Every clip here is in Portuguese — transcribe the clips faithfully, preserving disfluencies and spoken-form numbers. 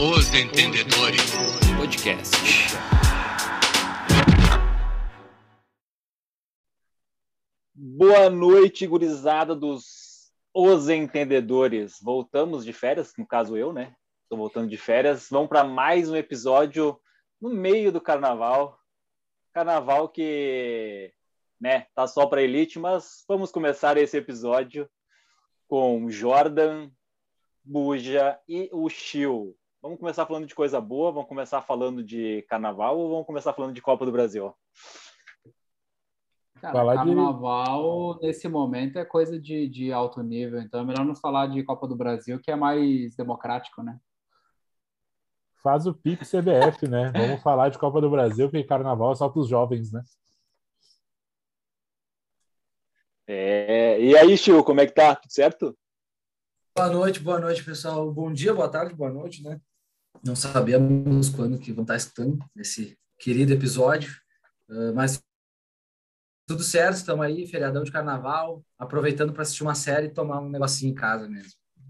Os Entendedores Podcast. Boa noite, gurizada dos Os Entendedores. Voltamos de férias, no caso eu, né? Estou voltando de férias. Vamos para mais um episódio no meio do carnaval. Carnaval que, né, tá só para elite, mas vamos começar esse episódio com Jordan, Buja e o Chiu. Vamos começar falando de coisa boa, vamos começar falando de carnaval ou vamos começar falando de Copa do Brasil? Cara, Falar de- carnaval nesse momento é coisa de, de alto nível, então é melhor não falar de Copa do Brasil, que é mais democrático, né? Faz o Pix C B F, né? Vamos falar de Copa do Brasil, porque carnaval é só para os jovens, né? É, e aí, Chiu, como é que tá? Tudo certo? Boa noite, boa noite, pessoal. Bom dia, boa tarde, boa noite, né? Não sabemos quando que vão estar escutando esse querido episódio, uh, mas tudo certo, estamos aí, feriadão de carnaval, aproveitando para assistir uma série e tomar um negocinho em casa mesmo.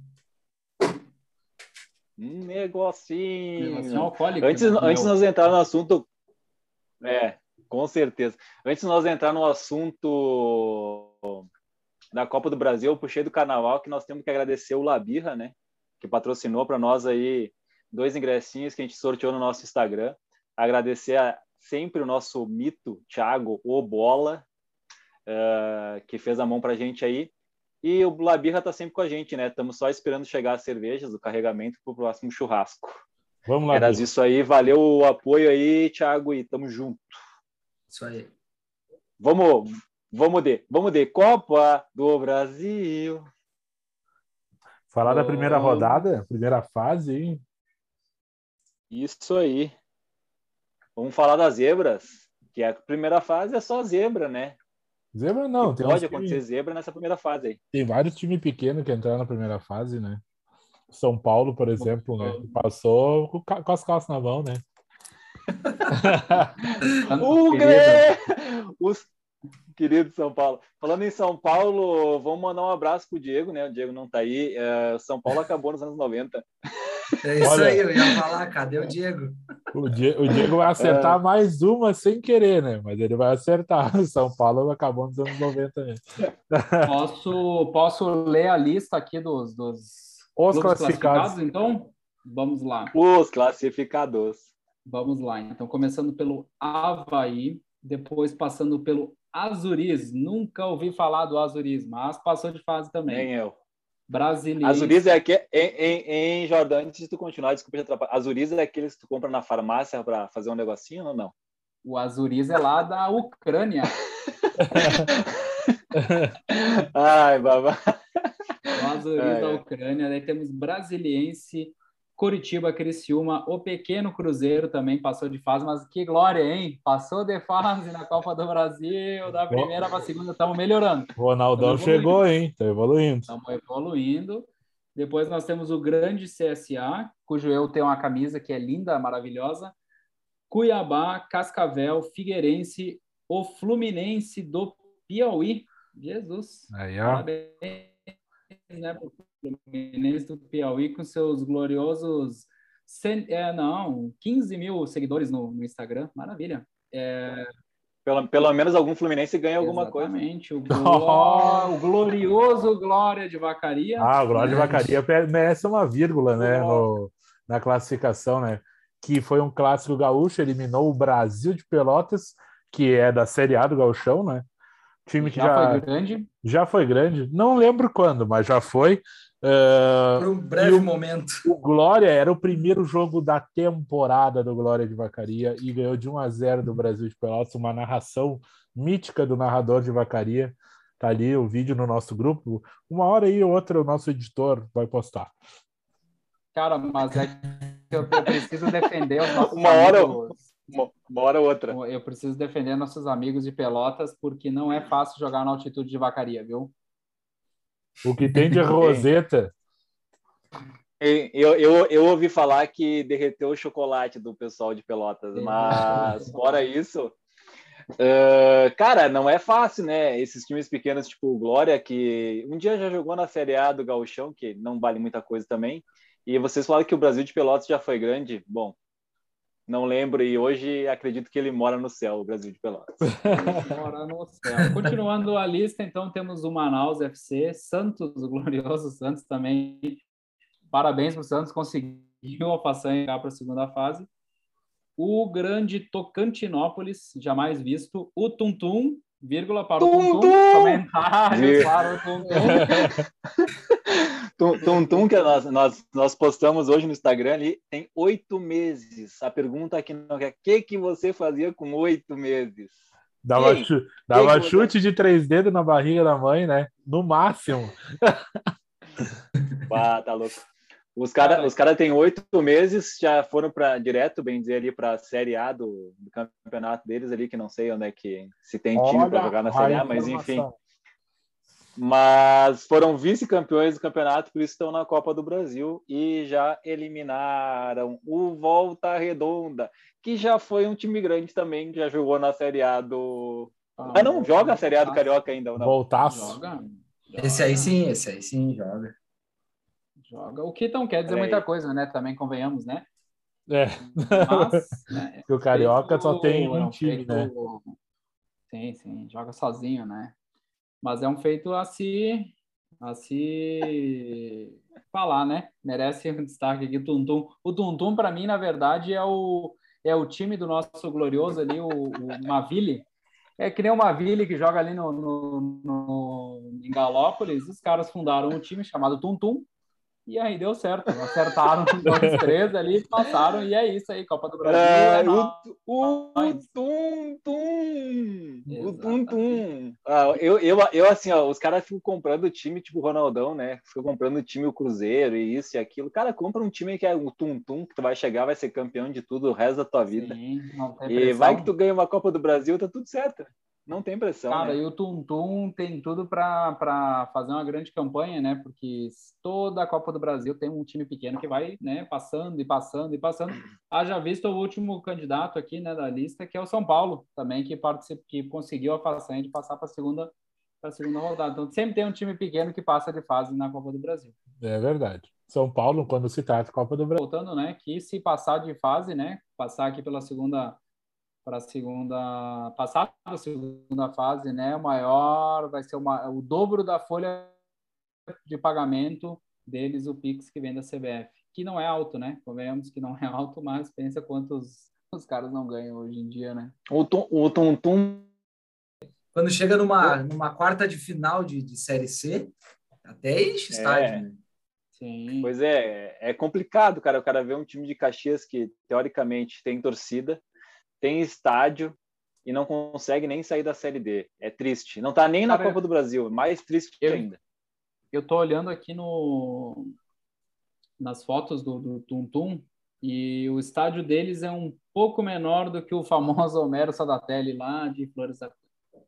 Um negocinho. Negocinho alcoólico. Antes, né? antes de Meu. nós entrar no assunto... É, com certeza. Antes de nós entrar no assunto da Copa do Brasil, eu puxei do carnaval que nós temos que agradecer o Labirra, né? Que patrocinou para nós aí dois ingressinhos que a gente sorteou no nosso Instagram. Agradecer a, sempre o nosso mito, Thiago, o Bola, uh, que fez a mão pra gente aí. E o Labirra tá sempre com a gente, né? Estamos só esperando chegar as cervejas do carregamento pro próximo churrasco. Vamos lá. Era Bicho. isso aí, valeu o apoio aí, Thiago, e tamo junto. Isso aí. Vamos, vamos de, vamos de Copa do Brasil. Falar da Oh. primeira rodada, primeira fase, hein? Isso aí. Vamos falar das zebras, que a primeira fase é só zebra, né? Zebra não, Que tem, pode uns acontecer time- zebra nessa primeira fase aí. tem vários times pequenos que entraram na primeira fase, né? São Paulo, por exemplo, né? Passou com, ca- com as calças na mão, né? O Querido. Grê! Os queridos São Paulo. Falando em São Paulo, vamos mandar um abraço pro Diego, né? O Diego não tá aí. É, São Paulo acabou nos anos noventa. É isso Olha. aí, eu ia falar, cadê o Diego? O Die- o Diego vai acertar mais uma sem querer, né? Mas ele vai acertar. O São Paulo acabou nos anos noventa mesmo. Posso, posso ler a lista aqui dos, dos Os clubes classificados. então? Vamos lá. Os classificados. Vamos lá. Então, começando pelo Avaí, depois passando pelo Azuriz. Nunca ouvi falar do Azuriz, mas passou de fase também. Nem eu. Brasiliense. Azuriz é aquele. Em, em, em Jordão, antes de tu continuar, desculpa te atrapalhar. Azuriz é aqueles que tu compra na farmácia para fazer um negocinho ou não? O Azuriz é lá da Ucrânia. Ai, babá. O Azuriz É, da é. Ucrânia. Daí temos Brasiliense, Coritiba, Criciúma, o Pequeno Cruzeiro também passou de fase, mas que glória, hein? Passou de fase na Copa do Brasil, da primeira para a segunda, estamos melhorando. O Ronaldão Estamos evoluindo. chegou, hein? Tá evoluindo. Estamos evoluindo. Depois nós temos o grande C S A, cujo eu tenho uma camisa que é linda, maravilhosa. Cuiabá, Cascavel, Figueirense, o Fluminense do Piauí. Jesus. Aí, ó. Parabéns, né, pro Fluminense do Piauí com seus gloriosos cem, é, não, quinze mil seguidores no, no Instagram. Maravilha. É, Pelo, pelo menos algum Fluminense ganha alguma coisa. exatamente. O, gló- o glorioso Glória de Vacaria. Ah, o Glória de né? Vacaria pe- merece uma vírgula, né? No, na classificação, né? Que foi um clássico gaúcho, eliminou o Brasil de Pelotas, que é da Série A do Gauchão, né? Time que Já já, foi grande. já foi grande. Não lembro quando, mas já foi. Ah, Por um breve e o- momento. O Glória era o primeiro jogo da temporada do Glória de Vacaria e ganhou de um a zero do Brasil de Pelotas, uma narração mítica do narrador de Vacaria. Tá ali o vídeo no nosso grupo. Uma hora aí ou outra o nosso editor vai postar. Cara, mas é que eu, eu preciso defender os nossos Uma hora- amigos. Uma, uma hora ou outra. Eu preciso defender nossos amigos de Pelotas, porque não é fácil jogar na altitude de Vacaria, viu? O que tem de Roseta, Eu, eu, eu ouvi falar que derreteu o chocolate do pessoal de Pelotas, mas fora isso, Uh, cara, não é fácil, né? Esses times pequenos, tipo o Glória, que um dia já jogou na Série A do Gauchão, que não vale muita coisa também. E vocês falaram que o Brasil de Pelotas já foi grande. Bom, não lembro, e hoje acredito que ele mora no céu, o Brasil de Pelotas. Mora no céu. Continuando a lista, então, temos o Manaus F C, Santos, o glorioso Santos também. Parabéns para o Santos, conseguiu a façanha para a segunda fase. O grande Tocantinópolis, jamais visto. O Tuntum, vírgula para o Tum, Tuntum. tum! Comentários Vir- para o Tuntum. Tum, tum, tum, que nós, nós, nós postamos hoje no Instagram ali, tem oito meses. A pergunta aqui não é: o que, que você fazia com oito meses? Dava, Ei, chu- dava que chute de três dedos na barriga da mãe, né? No máximo. Ah, tá louco. Os caras Cara, os cara têm oito meses, já foram para direto, bem dizer, ali para a Série A do, do campeonato deles ali, que não sei onde é que se tem time para Olha jogar na a Série A, mas enfim. informação. Mas foram vice-campeões do campeonato, por isso estão na Copa do Brasil e já eliminaram o Volta Redonda, que já foi um time grande também, que já jogou na Série A do... Ah, não, joga a Série A do Carioca ainda, ou não? Voltaço. Joga. Esse aí sim, esse aí sim, joga. Joga. O que não quer dizer Olha muita aí. coisa, né? Também convenhamos, né? É. Mas, né, Que o Carioca só tem um é um time, feito- né? Sim, sim, joga sozinho, né? Mas é um feito a se, a se falar, né? Merece um destaque aqui, o Tuntum. O Tuntum, para mim, na verdade, é o, é o time do nosso glorioso ali, o, o Maville. É que nem o Maville que joga ali no, no, no, em Galópolis. Os caras fundaram um time chamado Tuntum. E aí deu certo, acertaram dois, três ali, passaram, e é isso aí, Copa do Brasil é, É, nóis. o, o Tum Tum! O Tum Exatamente. Tum! Ah, eu, eu, eu, assim, ó, os caras ficam comprando time tipo o Ronaldão, né? Ficam comprando time o Cruzeiro e isso e aquilo. Cara, compra um time que é o Tum Tum, que tu vai chegar, vai ser campeão de tudo o resto da tua vida. Sim, não tem E pressão. vai que tu ganha uma Copa do Brasil, tá tudo certo. Não tem pressão, Cara, né? e o Tuntum tem tudo para fazer uma grande campanha, né? Porque toda a Copa do Brasil tem um time pequeno que vai, né, passando e passando e passando. Haja visto o último candidato aqui, né, da lista, que é o São Paulo, também, que, participa, que conseguiu a façanha de passar para a segunda, pra segunda rodada. Então, sempre tem um time pequeno que passa de fase na Copa do Brasil. É verdade. São Paulo, quando se trata de Copa do Brasil. Voltando, né, que se passar de fase, né, passar aqui pela segunda para a segunda, passar para a segunda fase, né? O maior vai ser uma, o dobro da folha de pagamento deles, o Pix que vem da C B F, que não é alto, né? Convenhamos que não é alto, mas pensa quantos os caras não ganham hoje em dia, né? O Tum o Tum, tum Quando chega numa, numa quarta de final de, de Série C, até enche estádio, É. né? Sim. Pois é, é complicado, cara. O cara vê um time de Caxias que, teoricamente, tem torcida, tem estádio e não consegue nem sair da Série D. É triste. Não tá nem na Cara, Copa do Brasil. Mais triste eu- ainda. Eu tô olhando aqui no nas fotos do, do Tum Tum e o estádio deles é um pouco menor do que o famoso Homero Sadatelli lá de Flores da Cunha.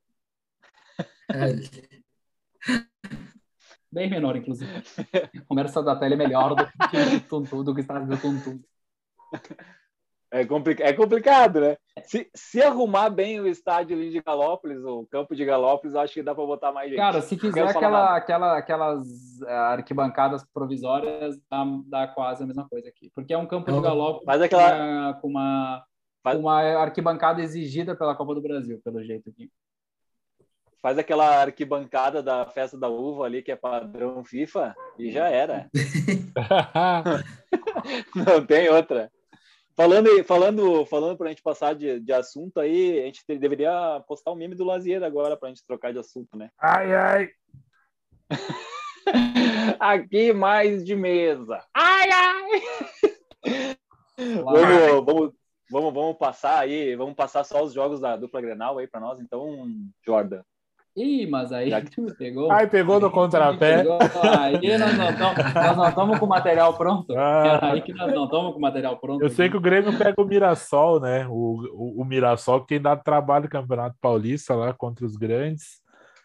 É, Bem menor, inclusive. O Homero Sadatelli é melhor do que o time do Tum Tum, do que o estádio do Tum Tum. É, compli- é complicado, né? Se, se arrumar bem o estádio ali de Galópolis, o campo de Galópolis, eu acho que dá para botar mais gente. Cara, se Não fizer quero falar aquela, nada. aquela, aquelas ah, arquibancadas provisórias, dá, dá quase a mesma coisa aqui. Porque é um campo de Não, Galópolis faz aquela- com uma, com uma, Faz- com uma arquibancada exigida pela Copa do Brasil, pelo jeito aqui. Faz aquela arquibancada da festa da uva ali, que é padrão FIFA, e já era. Não tem outra. Falando, aí- falando, falando para a gente passar de, de assunto aí, a gente te- deveria postar o meme do Lazier agora para a gente trocar de assunto, né? Ai, ai. Aqui mais de mesa. Ai, ai! Lá- Vamos, vamos, vamos, vamos passar aí, vamos passar só os jogos da dupla Grenal aí para nós, então, Jordan. Ih, mas aí Já que- tu me pegou. Ai, pegou no Aí tu me contrapé. pegou. Aí nós não estamos nós não estamos com o material pronto. Ah. É aí que nós não estamos com o material pronto. Eu sei aqui. que o Grêmio pega o Mirassol, né? O, o, o Mirassol que tem dado trabalho no Campeonato Paulista lá contra os grandes.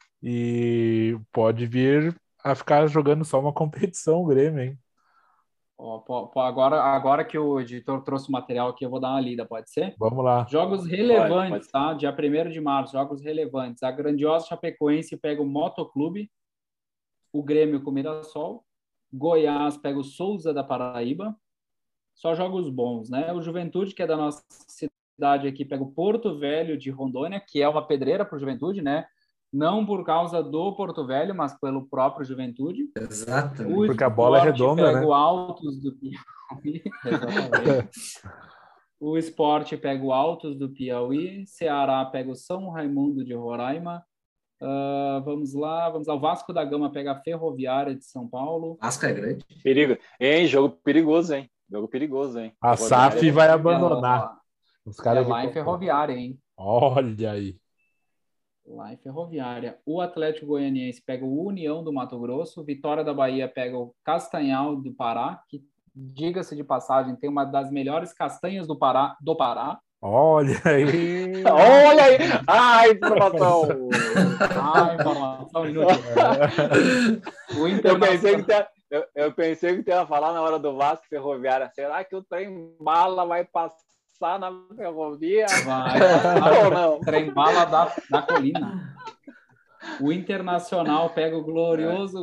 E pode vir a ficar jogando só uma competição o Grêmio, hein? Ó, pô, pô, agora, agora que o editor trouxe o material aqui, eu vou dar uma lida, pode ser? Vamos lá. Jogos relevantes, Pode, pode. tá? Dia primeiro de março, jogos relevantes. A grandiosa Chapecoense pega o Motoclube, o Grêmio com o Mirassol, Goiás pega o Souza da Paraíba. Só jogos bons, né? O Juventude, que é da nossa cidade aqui, pega o Porto Velho de Rondônia, que é uma pedreira para o Juventude, né? Não por causa do Porto Velho, mas pelo próprio Juventude. Exatamente. O Porque a bola é Sport redonda, pega né? o Altos do Piauí. Exatamente. O Sport pega o Altos do Piauí. Ceará pega o São Raimundo de Roraima. Uh, vamos lá, vamos lá. O Vasco da Gama pega a Ferroviária de São Paulo. Vasco é grande. Perigo. Hein, jogo perigoso, hein? Jogo perigoso, hein? A S A F vai abandonar. Os É caras lá que- em Ferroviária, hein? Olha aí. Lá em Ferroviária. O Atlético Goianiense pega o União do Mato Grosso. Vitória da Bahia pega o Castanhal do Pará, que, diga-se de passagem, tem uma das melhores castanhas do Pará. Do Pará. Olha aí. Olha aí! Ai, informação! Ah, informação inútil. O Eu pensei que Internacional... tu ia, eu, eu pensei que tu ia falar na hora do Vasco Ferroviária. Será que o trem bala vai passar na ferrovia? Vai Ou não? Trem bala da, da colina. O Internacional pega o glorioso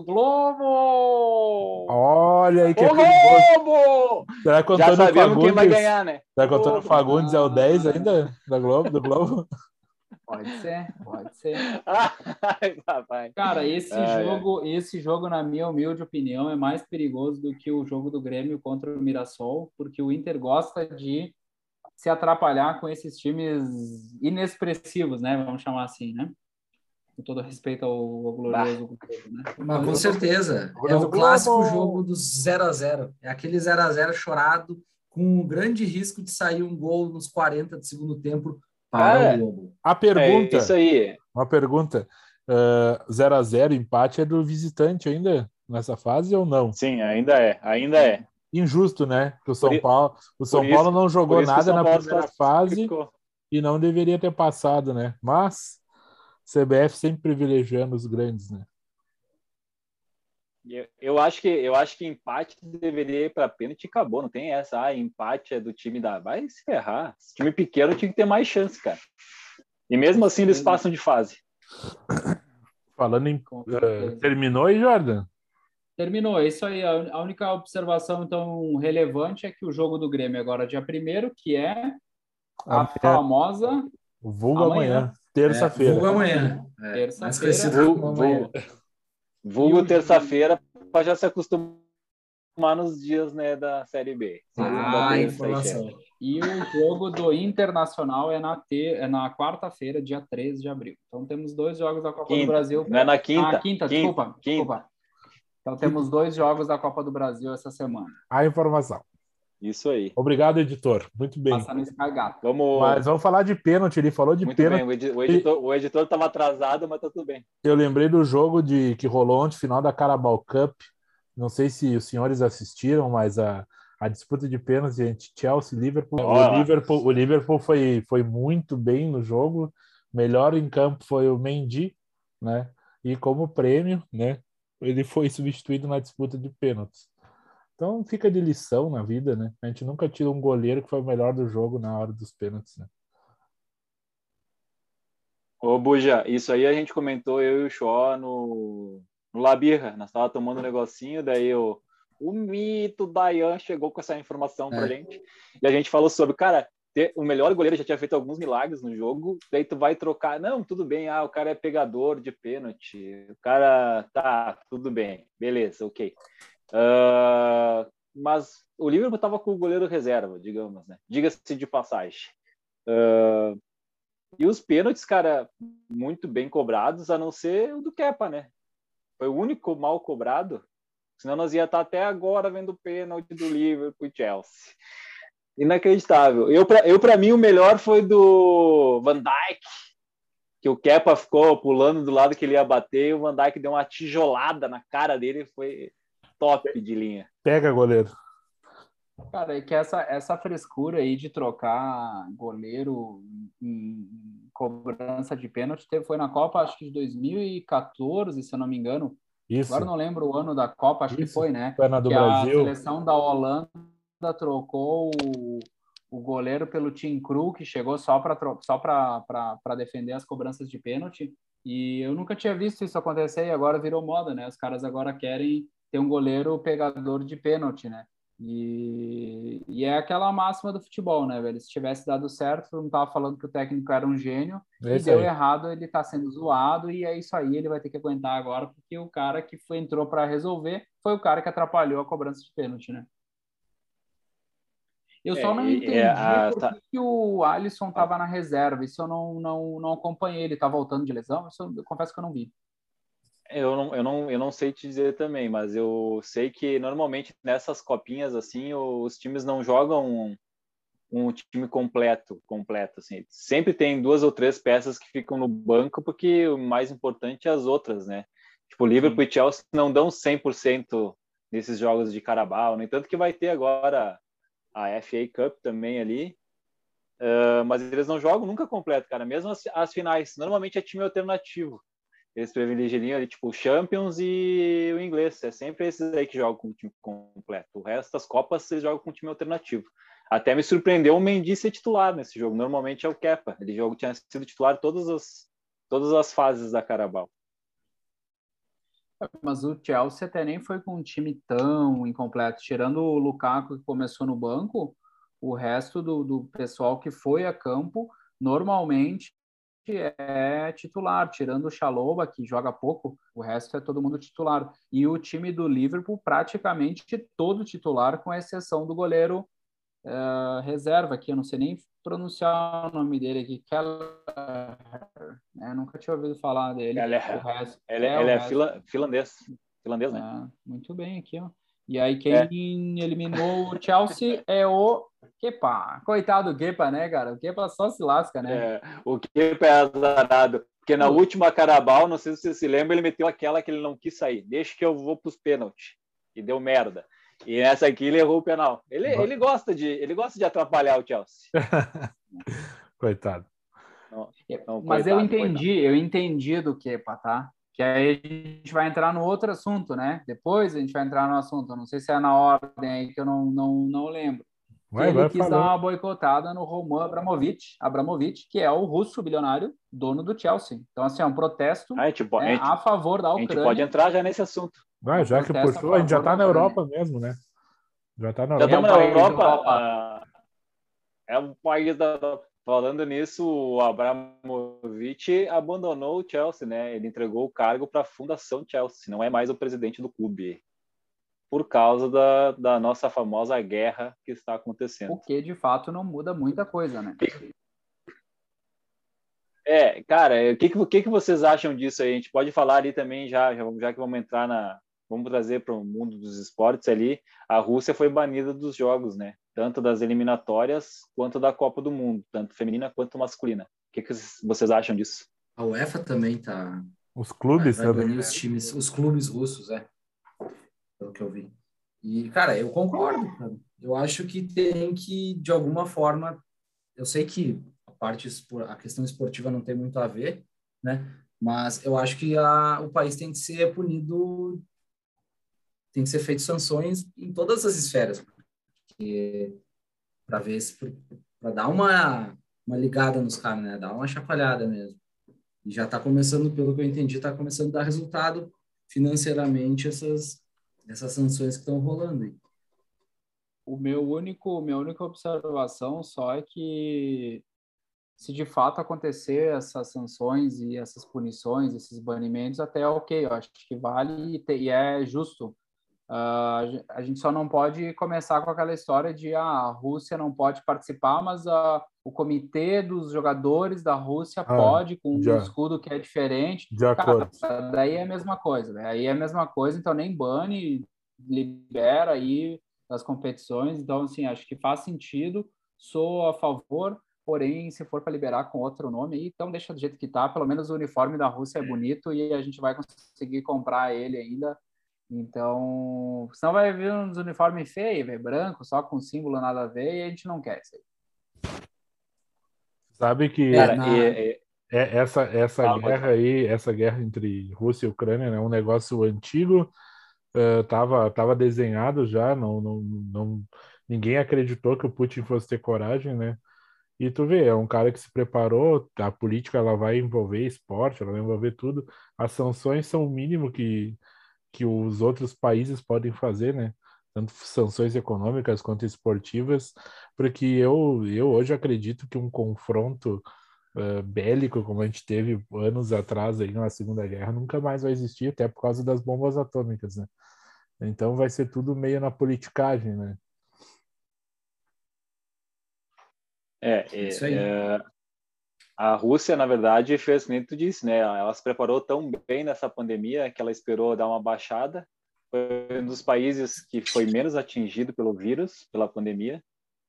Globo! Olha aí que é O perigoso. Globo! Será que o Já Antônio sabemos quem vai Fagundes, ganhar, né? será que o Antônio Globo. Fagundes é o dez Ah. ainda da Globo, do Globo? Pode ser, pode ser. Ai, papai. Cara, esse Ai, jogo, esse jogo, na minha humilde opinião, é mais perigoso do que o jogo do Grêmio contra o Mirassol, porque o Inter gosta de se atrapalhar com esses times inexpressivos, né? Vamos chamar assim, né? Com todo respeito ao, ao glorioso Globo, né? Mas com certeza. É Globo. o clássico jogo do zero a zero. É aquele zero a zero chorado, com um grande risco de sair um gol nos quarenta do segundo tempo para Cara, o Globo. A pergunta, É isso aí. uma pergunta, uh, zero a zero, empate é do visitante ainda nessa fase ou não? Sim, ainda é, ainda é. Injusto, né? Porque o São Por i- Paulo, o São por Paulo isso- não jogou Por isso que o nada São na Paulo se primeira fase classificou. e não deveria ter passado, né? Mas C B F sempre privilegiando os grandes, né? Eu, eu acho que eu acho que empate deveria ir para pênalti e acabou. Não tem essa. Ah, empate é do time da. Vai se ferrar. Esse time pequeno tinha que ter mais chance, cara. E mesmo assim eles passam de fase. Falando em. Com uh, certeza. terminou aí, Jordan? Terminou, é isso aí. A a única observação, então, relevante é que o jogo do Grêmio agora, dia primeiro, que é a Amanhã. famosa O vulgo Amanhã. amanhã, terça-feira. É, vulgo amanhã. É, Terça-feira. mais conhecido Vul- como amanhã. vul- Vulgo E o- terça-feira para já se acostumar nos dias, né, da Série B. Segunda, Ah, terça e informação. chefe. E o jogo do Internacional é na, te... é na quarta-feira, dia treze de abril. Então temos dois jogos da Copa Quinta. do Brasil. Não é na quinta? Ah, quinta, Quinta, desculpa, quinta. desculpa. Então temos dois jogos da Copa do Brasil essa semana. A informação. Isso aí. Obrigado, editor. Muito bem. Passando esse cagato. Vamos. Mas vamos falar de pênalti. Ele falou de Muito pênalti. bem. O edi- o editor o editor estava atrasado, mas tá tudo bem. Eu lembrei do jogo de que rolou ontem, final da Carabao Cup. Não sei se os senhores assistiram, mas a, a disputa de pênalti entre Chelsea e Liverpool. Olha O lá. Liverpool, o Liverpool foi, foi muito bem no jogo. Melhor em campo foi o Mendy, né? E como prêmio, né? Ele foi substituído na disputa de pênaltis. Então fica de lição na vida, né? A gente nunca tira um goleiro que foi o melhor do jogo na hora dos pênaltis, né? Ô, Buja, isso aí a gente comentou, eu e o Shaw no, no Labirra. Nós tava tomando um negocinho, daí o, o mito Dayan chegou com essa informação pra É. gente. E a gente falou sobre, cara, ter, o melhor goleiro já tinha feito alguns milagres no jogo, daí tu vai trocar. Não, tudo bem, ah, o cara é pegador de pênalti. O cara, tá, tudo bem, beleza, ok. Uh, mas o Liverpool tava com o goleiro reserva, digamos, né? Diga-se de passagem. Uh, E os pênaltis, cara, muito bem cobrados, a não ser o do Kepa, né? Foi o único mal cobrado. Senão nós ia estar até agora vendo o pênalti do Liverpool e Chelsea. Inacreditável. Eu, pra, eu, pra mim, o melhor foi do Van Dijk, que o Kepa ficou pulando do lado que ele ia bater e o Van Dijk deu uma tijolada na cara dele. Foi top de linha. Pega, goleiro. Cara, é que essa, essa frescura aí de trocar goleiro em, em cobrança de pênalti teve, foi na Copa, acho que de dois mil e quatorze, se eu não me engano, Isso. Agora eu não lembro o ano da Copa, acho que Isso. foi, né? Foi na do Que Brasil. a seleção da Holanda trocou o, o goleiro pelo Tim Krul, que chegou só para só para defender as cobranças de pênalti. E eu nunca tinha visto isso acontecer e agora virou moda, né? Os caras agora querem ter um goleiro pegador de pênalti, né? E, e é aquela máxima do futebol, né, velho? Se tivesse dado certo, não tava falando que o técnico era um gênio, É e isso deu aí. errado, ele tá sendo zoado, e é isso aí, ele vai ter que aguentar agora, porque o cara que foi, entrou para resolver foi o cara que atrapalhou a cobrança de pênalti, né? Eu É, só não e- é, entendi a, por tá, que, que o Alisson tava na reserva, isso eu não, não, não acompanhei, ele tá voltando de lesão, isso eu, eu confesso que eu não vi. eu não, eu não, eu não sei te dizer também, mas eu sei que normalmente nessas copinhas assim, os times não jogam um, um time completo, completo assim. Sempre tem duas ou três peças que ficam no banco porque o mais importante é as outras, né? Tipo, o Liverpool Sim. e Chelsea não dão cem por cento nesses jogos de Carabao, no entanto que vai ter agora a F A Cup também ali, uh, mas eles não jogam nunca completo, cara, mesmo as, as finais, normalmente é time alternativo. Eles privilegiam ali, tipo, o Champions e o inglês. É sempre esses aí que jogam com o time completo. O resto das Copas, eles jogam com time alternativo. Até me surpreendeu o Mendy ser titular nesse jogo. Normalmente é o Kepa. Ele jogo tinha sido titular todas as, todas as fases da Carabao. Mas o Chelsea até nem foi com um time tão incompleto. Tirando o Lukaku, que começou no banco, o resto do, do pessoal que foi a campo, normalmente é titular. Tirando o Chalobah, que joga pouco, o resto é todo mundo titular. E o time do Liverpool, praticamente todo titular, com exceção do goleiro uh, reserva, que eu não sei nem pronunciar o nome dele aqui, Keller, né? Nunca tinha ouvido falar dele. Ele O é, resto, ele, é o ele é resto. fila, finlandês. Finlandês, né? Ah, muito bem aqui, ó. E aí É. quem eliminou o Chelsea é o Kepa. Coitado do Kepa, né, cara? O Kepa só se lasca, né? É, o Kepa é azarado. Porque na Pô, última Carabao, não sei se você se lembra, ele meteu aquela que ele não quis sair. Deixa que eu vou pros pênaltis. E deu merda. E nessa aqui ele errou o penal. Ele, ele, gosta, de, ele gosta de atrapalhar o Chelsea. Coitado. Não, não, mas eu coitado, entendi, coitado. eu entendi do Kepa, tá? Que aí a gente vai entrar no outro assunto, né? Depois a gente vai entrar no assunto. Eu não sei se é na ordem aí que eu não, não, não lembro. Que Vai, ele vai quis dar falando. uma boicotada no Roman Abramovich, Abramovich, que é o russo bilionário, dono do Chelsea. Então, assim, é um protesto, Ah, a, gente, né, a, gente, a favor da a gente pode Ucrânia. entrar já nesse assunto. Vai, É um já que protesto a puxou, a gente já favor da tá na Ucrânia. Europa mesmo, né? Já tá na Já É Europa. um estamos na país da Europa. Europa. Uh, é um país da Europa. Falando nisso, o Abramovich abandonou o Chelsea, né? Ele entregou o cargo para a Fundação Chelsea, não é mais o presidente do clube, por causa da, da nossa famosa guerra que está acontecendo. O que, de fato, não muda muita coisa, né? É, cara, o que, que, que vocês acham disso aí? A gente pode falar ali também, já, já que vamos entrar na... Vamos trazer para o mundo dos esportes ali. A Rússia foi banida dos jogos, né? Tanto das eliminatórias quanto da Copa do Mundo, tanto feminina quanto masculina. O que, que vocês acham disso? A UEFA também tá... Os Vai, clubes vai também. banir os times, os clubes russos, é. Pelo que eu vi. E, cara, eu concordo, cara. Eu acho que tem que, de alguma forma... Eu sei que a parte, a questão esportiva não tem muito a ver, né? Mas eu acho que a, o país tem que ser punido, tem que ser feito sanções em todas as esferas, para ver se para dar uma uma ligada nos caras, né? Dar uma chacoalhada mesmo. E já está começando, pelo que eu entendi, está começando a dar resultado financeiramente essas essas sanções que estão rolando aí. O meu único, minha única observação só é que se de fato acontecer essas sanções e essas punições, esses banimentos, até é ok, eu acho que vale e, te, e é justo. Uh, a gente só não pode começar com aquela história de ah, a Rússia não pode participar, mas uh, o comitê dos jogadores da Rússia Ah, pode, com de, um escudo que é diferente. de acordo. Cara, daí é a mesma coisa, né? Aí é a mesma coisa, então nem bane, libera aí das competições. Então, assim, acho que faz sentido, sou a favor, porém, se for para liberar com outro nome, então deixa do jeito que tá. Pelo menos o uniforme da Rússia é bonito e a gente vai conseguir comprar ele ainda. Então, senão vai vir uns uniformes feios, véio, branco, só com símbolo nada a ver, e a gente não quer isso aí. Sabe que É, Cara, na, e, É, essa essa Fala, pode guerra falar. aí, essa guerra entre Rússia e Ucrânia, né, é um negócio antigo, eh, tava tava desenhado já, não, não, não ninguém acreditou que o Putin fosse ter coragem, né? E tu vê, é um cara que se preparou, a política ela vai envolver esporte, ela vai envolver tudo. As sanções são o mínimo que que os outros países podem fazer, né? Tanto sanções econômicas quanto esportivas, porque eu, eu hoje acredito que um confronto eh, bélico, como a gente teve anos atrás aí na Segunda Guerra, nunca mais vai existir, até por causa das bombas atômicas, né? Então vai ser tudo meio na politicagem, né? É, Isso é, aí. é, a Rússia, na verdade, fez que nem tu disse, né? Ela se preparou tão bem nessa pandemia que ela esperou dar uma baixada. Foi um dos países que foi menos atingido pelo vírus, pela pandemia.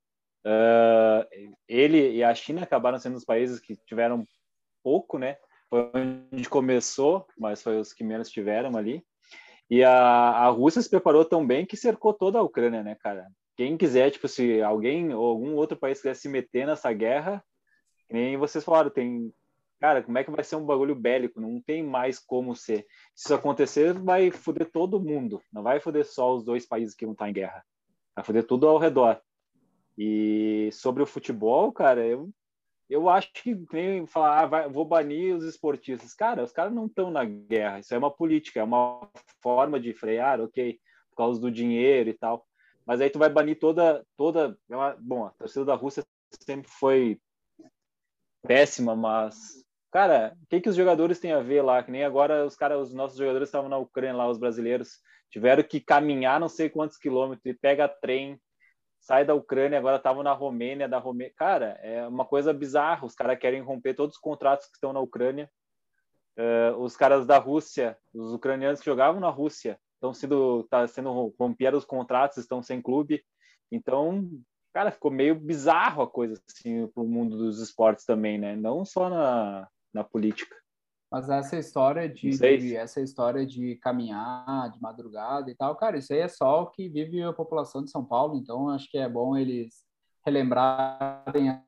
Uh, ele e a China acabaram sendo os países que tiveram pouco, né? Foi onde começou, mas foi os que menos tiveram ali. E a, a Rússia se preparou tão bem que cercou toda a Ucrânia, né, cara? Quem quiser, tipo, se alguém ou algum outro país quiser se meter nessa guerra, que nem vocês falaram, tem. Cara, como é que vai ser um bagulho bélico? Não tem mais como ser. Se isso acontecer, vai foder todo mundo. Não vai foder só os dois países que vão estar em guerra. Vai foder tudo ao redor. E sobre o futebol, cara, eu, eu acho que nem falar, ah, vai, vou banir os esportistas. Cara, os caras não estão na guerra. Isso é uma política, é uma forma de frear, ok, por causa do dinheiro e tal. Mas aí tu vai banir toda, toda. Bom, a torcida da Rússia sempre foi péssima, mas cara, o que que os jogadores têm a ver lá? Que nem agora os caras, os nossos jogadores estavam na Ucrânia lá, os brasileiros tiveram que caminhar não sei quantos quilômetros e pega trem, sai da Ucrânia, agora estavam na Romênia, da Romênia. Cara, é uma coisa bizarra. Os caras querem romper todos os contratos que estão na Ucrânia. Uh, os caras da Rússia, os ucranianos que jogavam na Rússia, estão sendo, tá sendo rompidos os contratos, estão sem clube. Então, cara, ficou meio bizarro a coisa assim pro mundo dos esportes também, né? Não só na, na política. Mas essa história Não de, sei. de essa história de caminhar de madrugada e tal, cara, isso aí é só o que vive a população de São Paulo, então acho que é bom eles relembrarem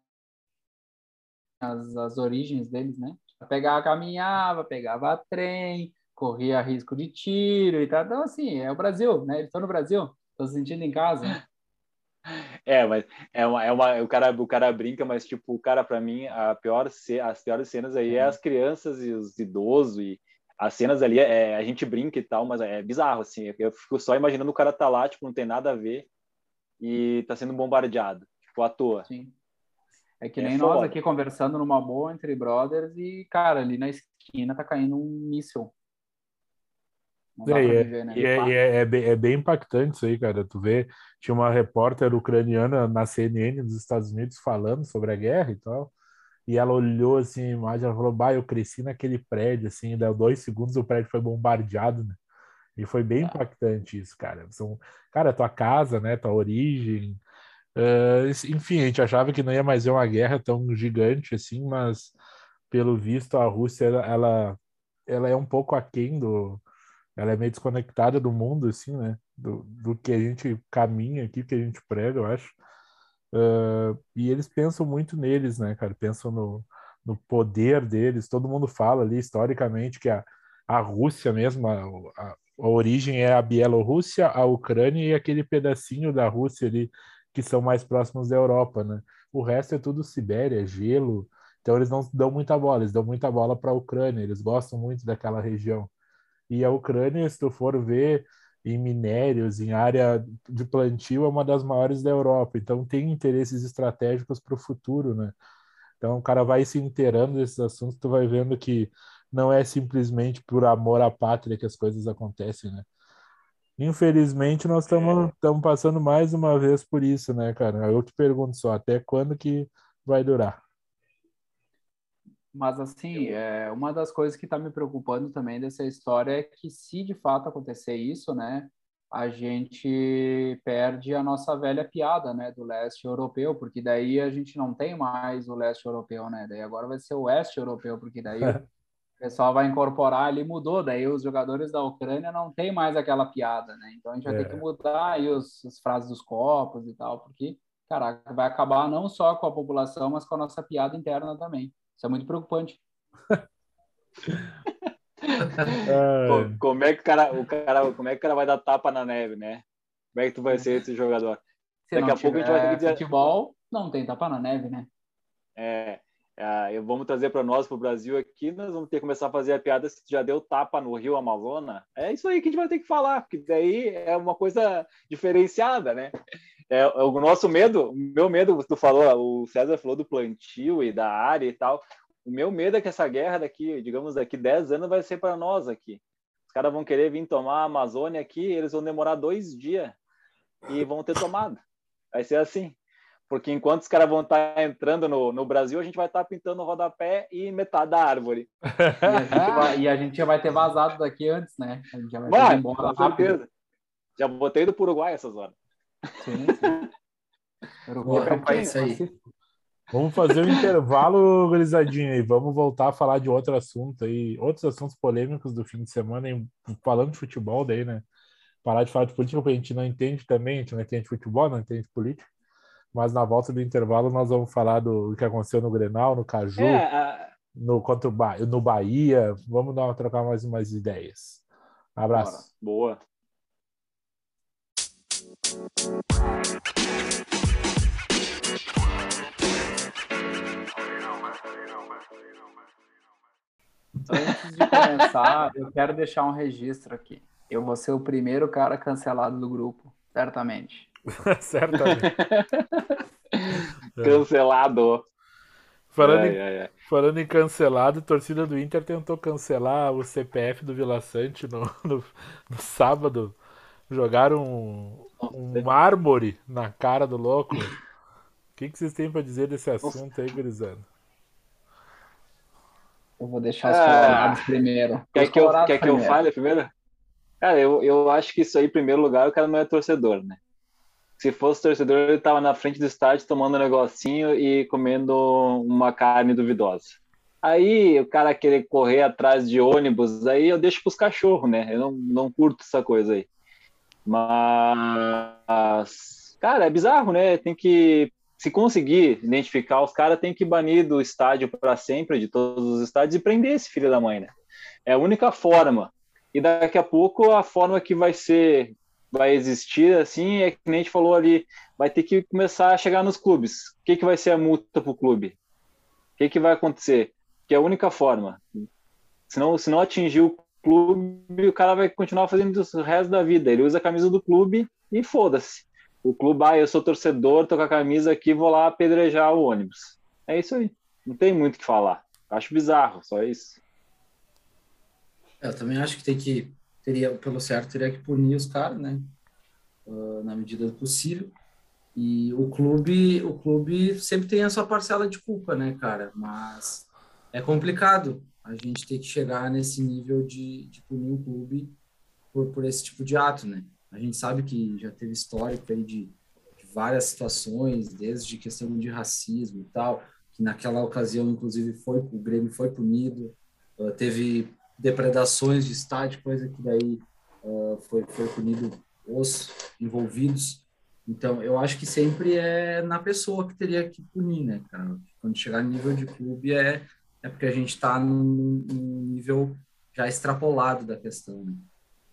as, as origens deles, né? Pegava, caminhava, pegava trem, corria risco de tiro e tal. Então, assim, é o Brasil, né? Eles estão no Brasil, estão se sentindo em casa. É, mas é uma, é uma, o cara, o cara brinca, mas tipo, o cara para mim a pior, as piores cenas aí é as crianças e os idosos e as cenas ali é, a gente brinca e tal, mas é bizarro assim. Eu fico só imaginando o cara tá lá, tipo, não tem nada a ver e tá sendo bombardeado, tipo, à toa. Sim. É que É nem nós foda. aqui conversando numa boa entre brothers e, cara, ali na esquina tá caindo um míssil. Não dá É, e para é, viver, né? e é, e é, é bem, é bem impactante isso aí, cara. Tu vê, tinha uma repórter ucraniana na C N N dos Estados Unidos falando sobre a guerra e tal. E ela olhou assim a imagem, ela falou: Bah, eu cresci naquele prédio, assim, deu dois segundos o prédio foi bombardeado, né? E foi bem Tá. impactante isso, cara. São, cara, tua casa, né? Tua origem. eh, enfim, a gente achava que não ia mais ver uma guerra tão gigante assim, mas pelo visto a Rússia, ela, ela, ela é um pouco aquém do. Ela é meio desconectada do mundo, assim, né? Do, do que a gente caminha aqui, que a gente prega, eu acho. Uh, e eles pensam muito neles, né, cara? Pensam no, no poder deles. Todo mundo fala ali, historicamente, que a, a Rússia mesmo, a, a, a origem é a Bielorrússia, a Ucrânia e aquele pedacinho da Rússia ali, que são mais próximos da Europa, né? O resto é tudo Sibéria, gelo. Então eles não dão muita bola, eles dão muita bola para a Ucrânia, eles gostam muito daquela região. E a Ucrânia, se tu for ver em minérios, em área de plantio, é uma das maiores da Europa. Então tem interesses estratégicos para o futuro, né? Então o cara vai se inteirando desses assuntos, tu vai vendo que não é simplesmente por amor à pátria que as coisas acontecem, né? Infelizmente, nós estamos É, passando mais uma vez por isso, né, cara? Eu te pergunto só, até quando que vai durar? Mas, assim, eu, é, uma das coisas que está me preocupando também dessa história é que, se de fato acontecer isso, né, a gente perde a nossa velha piada, né, do leste europeu, porque daí a gente não tem mais o leste europeu, né? Daí agora vai ser o oeste europeu, porque daí o pessoal vai incorporar ali, mudou, daí os jogadores da Ucrânia não tem mais aquela piada, né? Então a gente vai ter que É, mudar aí os, as frases dos copos e tal, porque, caraca, vai acabar não só com a população, mas com a nossa piada interna também. Isso é muito preocupante. Co- Como é que o cara, o cara, como é que o cara vai dar tapa na neve, né? Como é que tu vai ser esse jogador? Se Daqui não a pouco a gente vai ter que tiver dizer, futebol, não tem tapa na neve, né? é, é, eu- vamos trazer para nós, para o Brasil aqui, nós vamos ter que começar a fazer a piada se tu já deu tapa no Rio Amazonas. É isso aí que a gente vai ter que falar, porque daí é uma coisa diferenciada, né? É, é o nosso medo, o meu medo, tu falou, o César falou do plantio e da área e tal. O meu medo é que essa guerra daqui, digamos, daqui dez anos vai ser para nós aqui. Os caras vão querer vir tomar a Amazônia aqui, eles vão demorar dois dias e vão ter tomado. Vai ser assim. Porque enquanto os caras vão estar entrando no, no Brasil, a gente vai estar pintando o rodapé e metade da árvore. E a gente vai, e a gente já vai ter vazado daqui antes, né? A gente já vai ter ido Mas, embora com rápido. certeza. Já botei do Uruguai essas horas. Sim, sim. Uruguai é um Boa, país isso aí. pacífico. Vamos fazer um intervalo, gurizadinha, e vamos voltar a falar de outro assunto aí, outros assuntos polêmicos do fim de semana, e falando de futebol daí, né? Parar de falar de política, porque a gente não entende também, a gente não entende futebol, não entende política. Mas na volta do intervalo nós vamos falar do que aconteceu no Grenal, no Caju, É, a... no, contra o ba... no Bahia. Vamos dar uma, trocar mais umas ideias. Um abraço. Bora. Boa. Antes de começar, eu quero deixar um registro aqui. Eu vou ser o primeiro cara cancelado do grupo, certamente. Certamente. Cancelado. Falando, Ai, em, ai, ai. falando em cancelado, a torcida do Inter tentou cancelar o C P F do Vila Sante no, no, no sábado. Jogaram um, um mármore na cara do louco. O que, que vocês têm para dizer desse assunto aí, gurizada? Eu vou deixar os Ah, colorados primeiro. Quer Os que, eu, colorados quer que eu primeiro. fale primeiro? Cara, eu, eu acho que isso aí, em primeiro lugar, o cara não é torcedor, né? Se fosse torcedor, ele tava na frente do estádio tomando um negocinho e comendo uma carne duvidosa. Aí o cara querer correr atrás de ônibus, aí eu deixo pros cachorros, né? Eu não, não curto essa coisa aí. Mas, cara, é bizarro, né? Tem que, se conseguir identificar os caras, tem que banir do estádio para sempre, de todos os estádios, e prender esse filho da mãe, né? É a única forma. E daqui a pouco a forma que vai ser, vai existir, assim, é que nem a gente falou ali, vai ter que começar a chegar nos clubes. O que, que vai ser a multa pro clube? O que, que vai acontecer? Que é a única forma. Se não, se não atingir o clube, o cara vai continuar fazendo isso o resto da vida. Ele usa a camisa do clube e foda-se. O clube, ah, eu sou torcedor, tô com a camisa aqui, vou lá apedrejar o ônibus. É isso aí. Não tem muito o que falar. Acho bizarro, só isso. Eu também acho que tem que, teria, pelo certo, teria que punir os caras, né? Uh, na medida do possível. E o clube, o clube sempre tem a sua parcela de culpa, né, cara? Mas é complicado a gente ter que chegar nesse nível de, de punir o clube por, por esse tipo de ato, né? A gente sabe que já teve histórico aí de, de várias situações, desde questão de racismo e tal, que naquela ocasião, inclusive, foi, o Grêmio foi punido, uh, teve depredações de estádio, coisa que daí uh, foi, foi punido os envolvidos. Então, eu acho que sempre é na pessoa que teria que punir, né, cara? Quando chegar no nível de clube, é, é porque a gente está num, num nível já extrapolado da questão, né?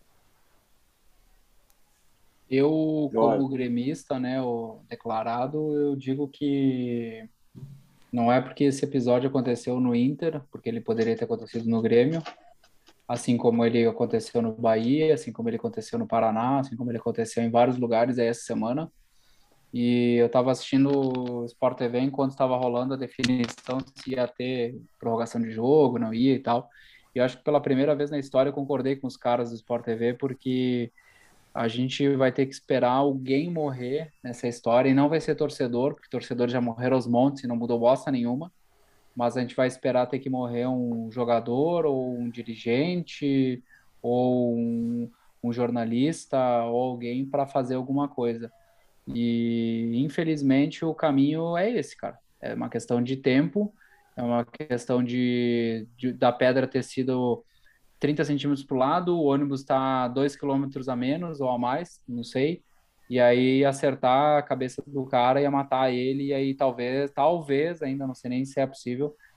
Eu, Olha. como gremista, né, o declarado, eu digo que não é porque esse episódio aconteceu no Inter, porque ele poderia ter acontecido no Grêmio, assim como ele aconteceu no Bahia, assim como ele aconteceu no Paraná, assim como ele aconteceu em vários lugares aí essa semana. E eu estava assistindo o Sport T V enquanto estava rolando a definição se ia ter prorrogação de jogo, não ia e tal. E eu acho que pela primeira vez na história eu concordei com os caras do Sport T V, porque a gente vai ter que esperar alguém morrer nessa história, e não vai ser torcedor, porque torcedores já morreram aos montes e não mudou bosta nenhuma, mas a gente vai esperar ter que morrer um jogador, ou um dirigente, ou um, um jornalista, ou alguém para fazer alguma coisa. E, infelizmente, o caminho é esse, cara. É uma questão de tempo, é uma questão de, de da pedra ter sido trinta centímetros para o lado, o ônibus está dois quilômetros a menos ou a mais, não sei, e aí acertar a cabeça do cara ia matar ele, e aí talvez, talvez, ainda não sei nem se é possível,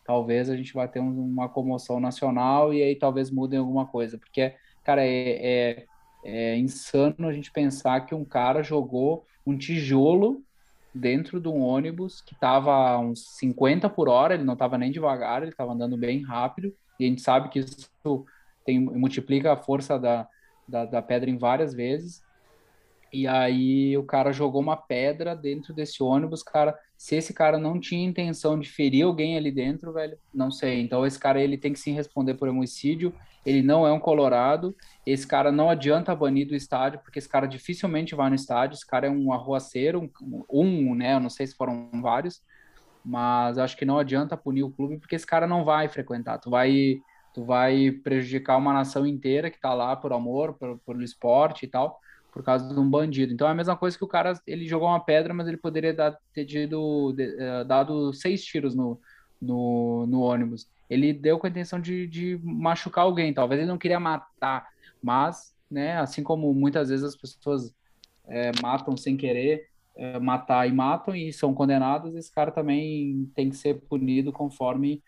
talvez a gente vai ter um- uma comoção nacional e aí talvez mudem alguma coisa, porque, cara, é, é, é insano a gente pensar que um cara jogou um tijolo dentro de um ônibus que estava a uns cinquenta por hora, ele não estava nem devagar, ele estava andando bem rápido, e a gente sabe que isso tem, multiplica a força da, da, da pedra em várias vezes, e aí o cara jogou uma pedra dentro desse ônibus, cara. Se esse cara não tinha intenção de ferir alguém ali dentro, velho, não sei. Então esse cara ele tem que sim responder por homicídio. Ele não é um colorado. Esse cara não adianta banir do estádio, porque esse cara dificilmente vai no estádio. Esse cara é um arruaceiro, um, um, né? Eu não sei se foram vários, mas acho que não adianta punir o clube, porque esse cara não vai frequentar. Tu vai, tu vai prejudicar uma nação inteira que tá lá por amor, por, por esporte e tal, por causa de um bandido. Então é a mesma coisa que o cara, ele jogou uma pedra, mas ele poderia dar, ter tido, de- eh, dado seis tiros no, no, no ônibus. Ele deu com a intenção de, de machucar alguém, talvez ele não queria matar, mas, né, assim como muitas vezes as pessoas eh, matam sem querer, eh, matar e matam e são condenados, esse cara também tem que ser punido conforme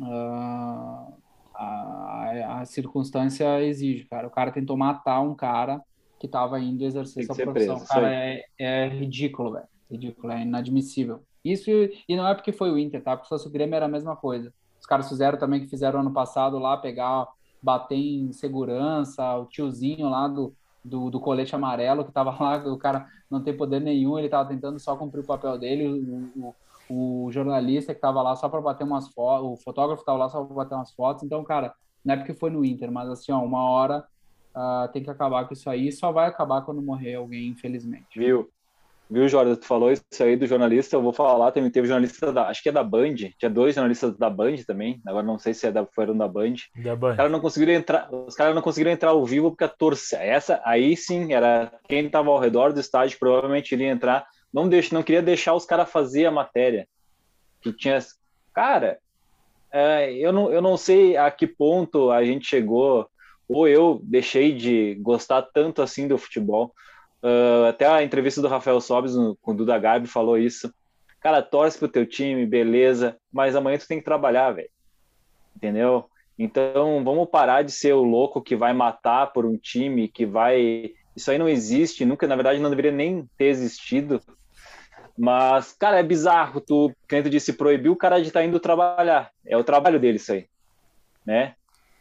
ah, a, a circunstância exige, cara. O cara tentou matar um cara que estava indo exercer Tem que sua ser profissão. preso, isso Cara, aí. é, é ridículo, velho. Ridículo, é inadmissível. Isso, e não é porque foi o Inter, tá? Porque se fosse o Grêmio era a mesma coisa. Os caras fizeram também que fizeram ano passado lá, pegar, bater em segurança, o tiozinho lá do, do, do colete amarelo que tava lá, o cara não tem poder nenhum, ele tava tentando só cumprir o papel dele, o, o, o jornalista que tava lá só para bater umas fotos, o fotógrafo tava lá só para bater umas fotos, então, cara, não é porque foi no Inter, mas assim, ó, uma hora uh, tem que acabar com isso aí, e só vai acabar quando morrer alguém, infelizmente. Viu? Viu, Jordan? Tu falou isso aí do jornalista, eu vou falar, também teve jornalista da, acho que é da Band, tinha dois jornalistas da Band também, agora não sei se é da, foram da Band. Da Os Band. caras não conseguiram entrar, os caras não conseguiram entrar ao vivo porque a torcida, essa aí sim, era quem estava ao redor do estádio provavelmente iria entrar, não deixa, não queria deixar os caras fazer a matéria. Que tinha, cara, é, eu não, eu não sei a que ponto a gente chegou, ou eu deixei de gostar tanto assim do futebol. Uh, até a entrevista do Rafael Sobis no, com o Duda Garbi falou isso. Cara, torce pro teu time, beleza, mas amanhã tu tem que trabalhar, velho. Entendeu? Então, vamos parar de ser o louco que vai matar por um time, que vai. Isso aí não existe, nunca, na verdade, não deveria nem ter existido. Mas, cara, é bizarro. Tu, como tu disse, proibir o cara de estar indo trabalhar. É o trabalho dele, isso aí, né?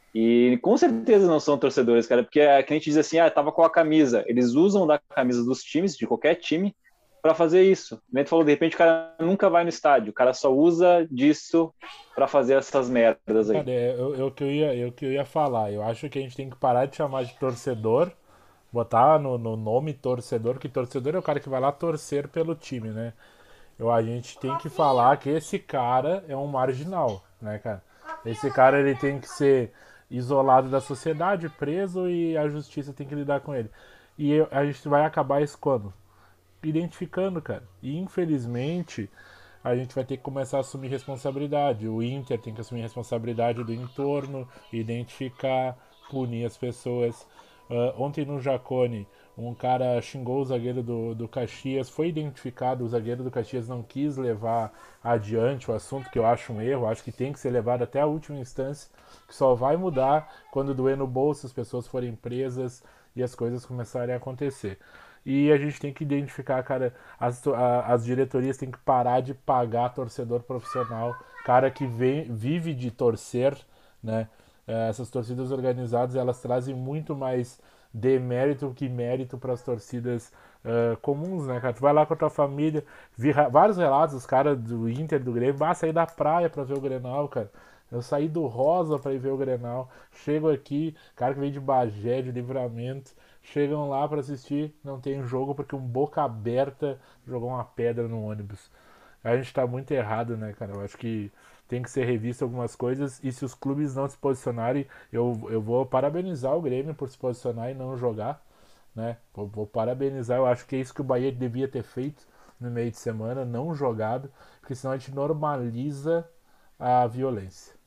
E com certeza não são torcedores, cara, porque a gente diz assim, ah, tava com a camisa. Eles usam da camisa dos times, de qualquer time, para fazer isso. O Neto falou, de repente o cara nunca vai no estádio, o cara só usa disso para fazer essas merdas aí. Cara, é eu, eu, que eu, ia, eu que eu ia falar. Eu acho que a gente tem que parar de chamar de torcedor, botar no, no nome torcedor, que torcedor é o cara que vai lá torcer pelo time, né? Eu, a gente tem que falar que esse cara é um marginal, né, cara? Esse cara ele tem que ser isolado da sociedade, preso e a justiça tem que lidar com ele. E eu- a gente vai acabar isso quando? Identificando, cara. E infelizmente a gente vai ter que começar a assumir responsabilidade. O Inter tem que assumir responsabilidade do entorno, identificar, punir as pessoas. Uh, ontem no Jacone, um cara xingou o zagueiro do, do Caxias, foi identificado, o zagueiro do Caxias não quis levar adiante o assunto, que eu acho um erro, acho que tem que ser levado até a última instância, que só vai mudar quando doer no bolso, as pessoas forem presas e as coisas começarem a acontecer. E a gente tem que identificar, cara, as, a, as diretorias têm que parar de pagar torcedor profissional, cara que vem, vive de torcer, né? É, essas torcidas organizadas, elas trazem muito mais demérito que mérito para as torcidas uh, comuns, né, cara? Tu vai lá com a tua família, vi vários relatos, os caras do Inter, do Grêmio, ah, sair da praia para ver o Grenal, cara. Eu saí do Rosa para ir ver o Grenal, chego aqui, cara que vem de Bagé, de Livramento, chegam lá para assistir, não tem jogo porque um boca aberta jogou uma pedra no ônibus. A gente tá muito errado, né, cara? Eu acho que tem que ser revisto algumas coisas e se os clubes não se posicionarem, eu, eu vou parabenizar o Grêmio por se posicionar e não jogar, né? Vou, vou parabenizar, eu acho que é isso que o Bahia devia ter feito no meio de semana, não jogado, porque senão a gente normaliza a violência.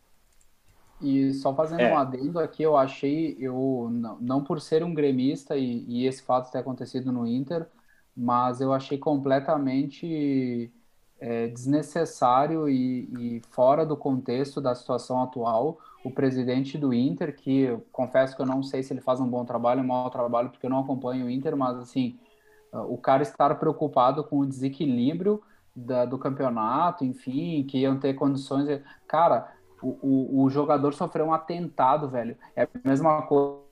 E só fazendo um É, adendo aqui, eu achei, eu não, não por ser um gremista e, e esse fato ter acontecido no Inter, mas eu achei completamente é desnecessário e, e fora do contexto da situação atual. O presidente do Inter, que eu confesso que eu não sei se ele faz um bom trabalho ou um mau trabalho, porque eu não acompanho o Inter, mas assim, o cara estar preocupado com o desequilíbrio da, do campeonato, enfim, que iam ter condições. Cara, o, o, o jogador sofreu um atentado, velho. É a mesma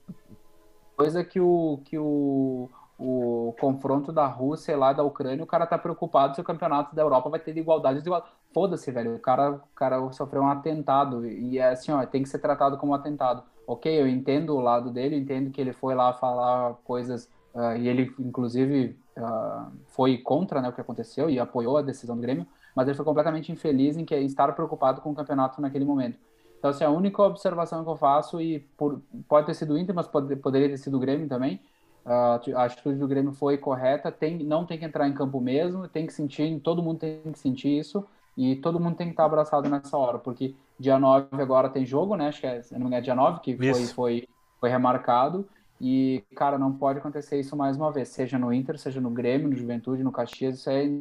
coisa que o, que o, o confronto da Rússia e lá da Ucrânia. O cara tá preocupado se o campeonato da Europa vai ter igualdade. Foda-se, velho. O cara, o cara sofreu um atentado. E é assim, ó, tem que ser tratado como um atentado. Ok, eu entendo o lado dele, entendo que ele foi lá falar coisas. Uh, e ele, inclusive, uh, foi contra, né, o que aconteceu e apoiou a decisão do Grêmio, mas ele foi completamente infeliz em que estar preocupado com o campeonato naquele momento. Então, assim, a única observação que eu faço, e por, pode ter sido o Inter, mas pode, poderia ter sido o Grêmio também, uh, a atitude do Grêmio foi correta, tem, não tem que entrar em campo mesmo, tem que sentir, todo mundo tem que sentir isso, e todo mundo tem que estar abraçado nessa hora, porque dia nove agora tem jogo, né, acho que é, não é dia nove, que foi, foi, foi remarcado. E, cara, não pode acontecer isso mais uma vez, seja no Inter, seja no Grêmio, no Juventude, no Caxias, isso é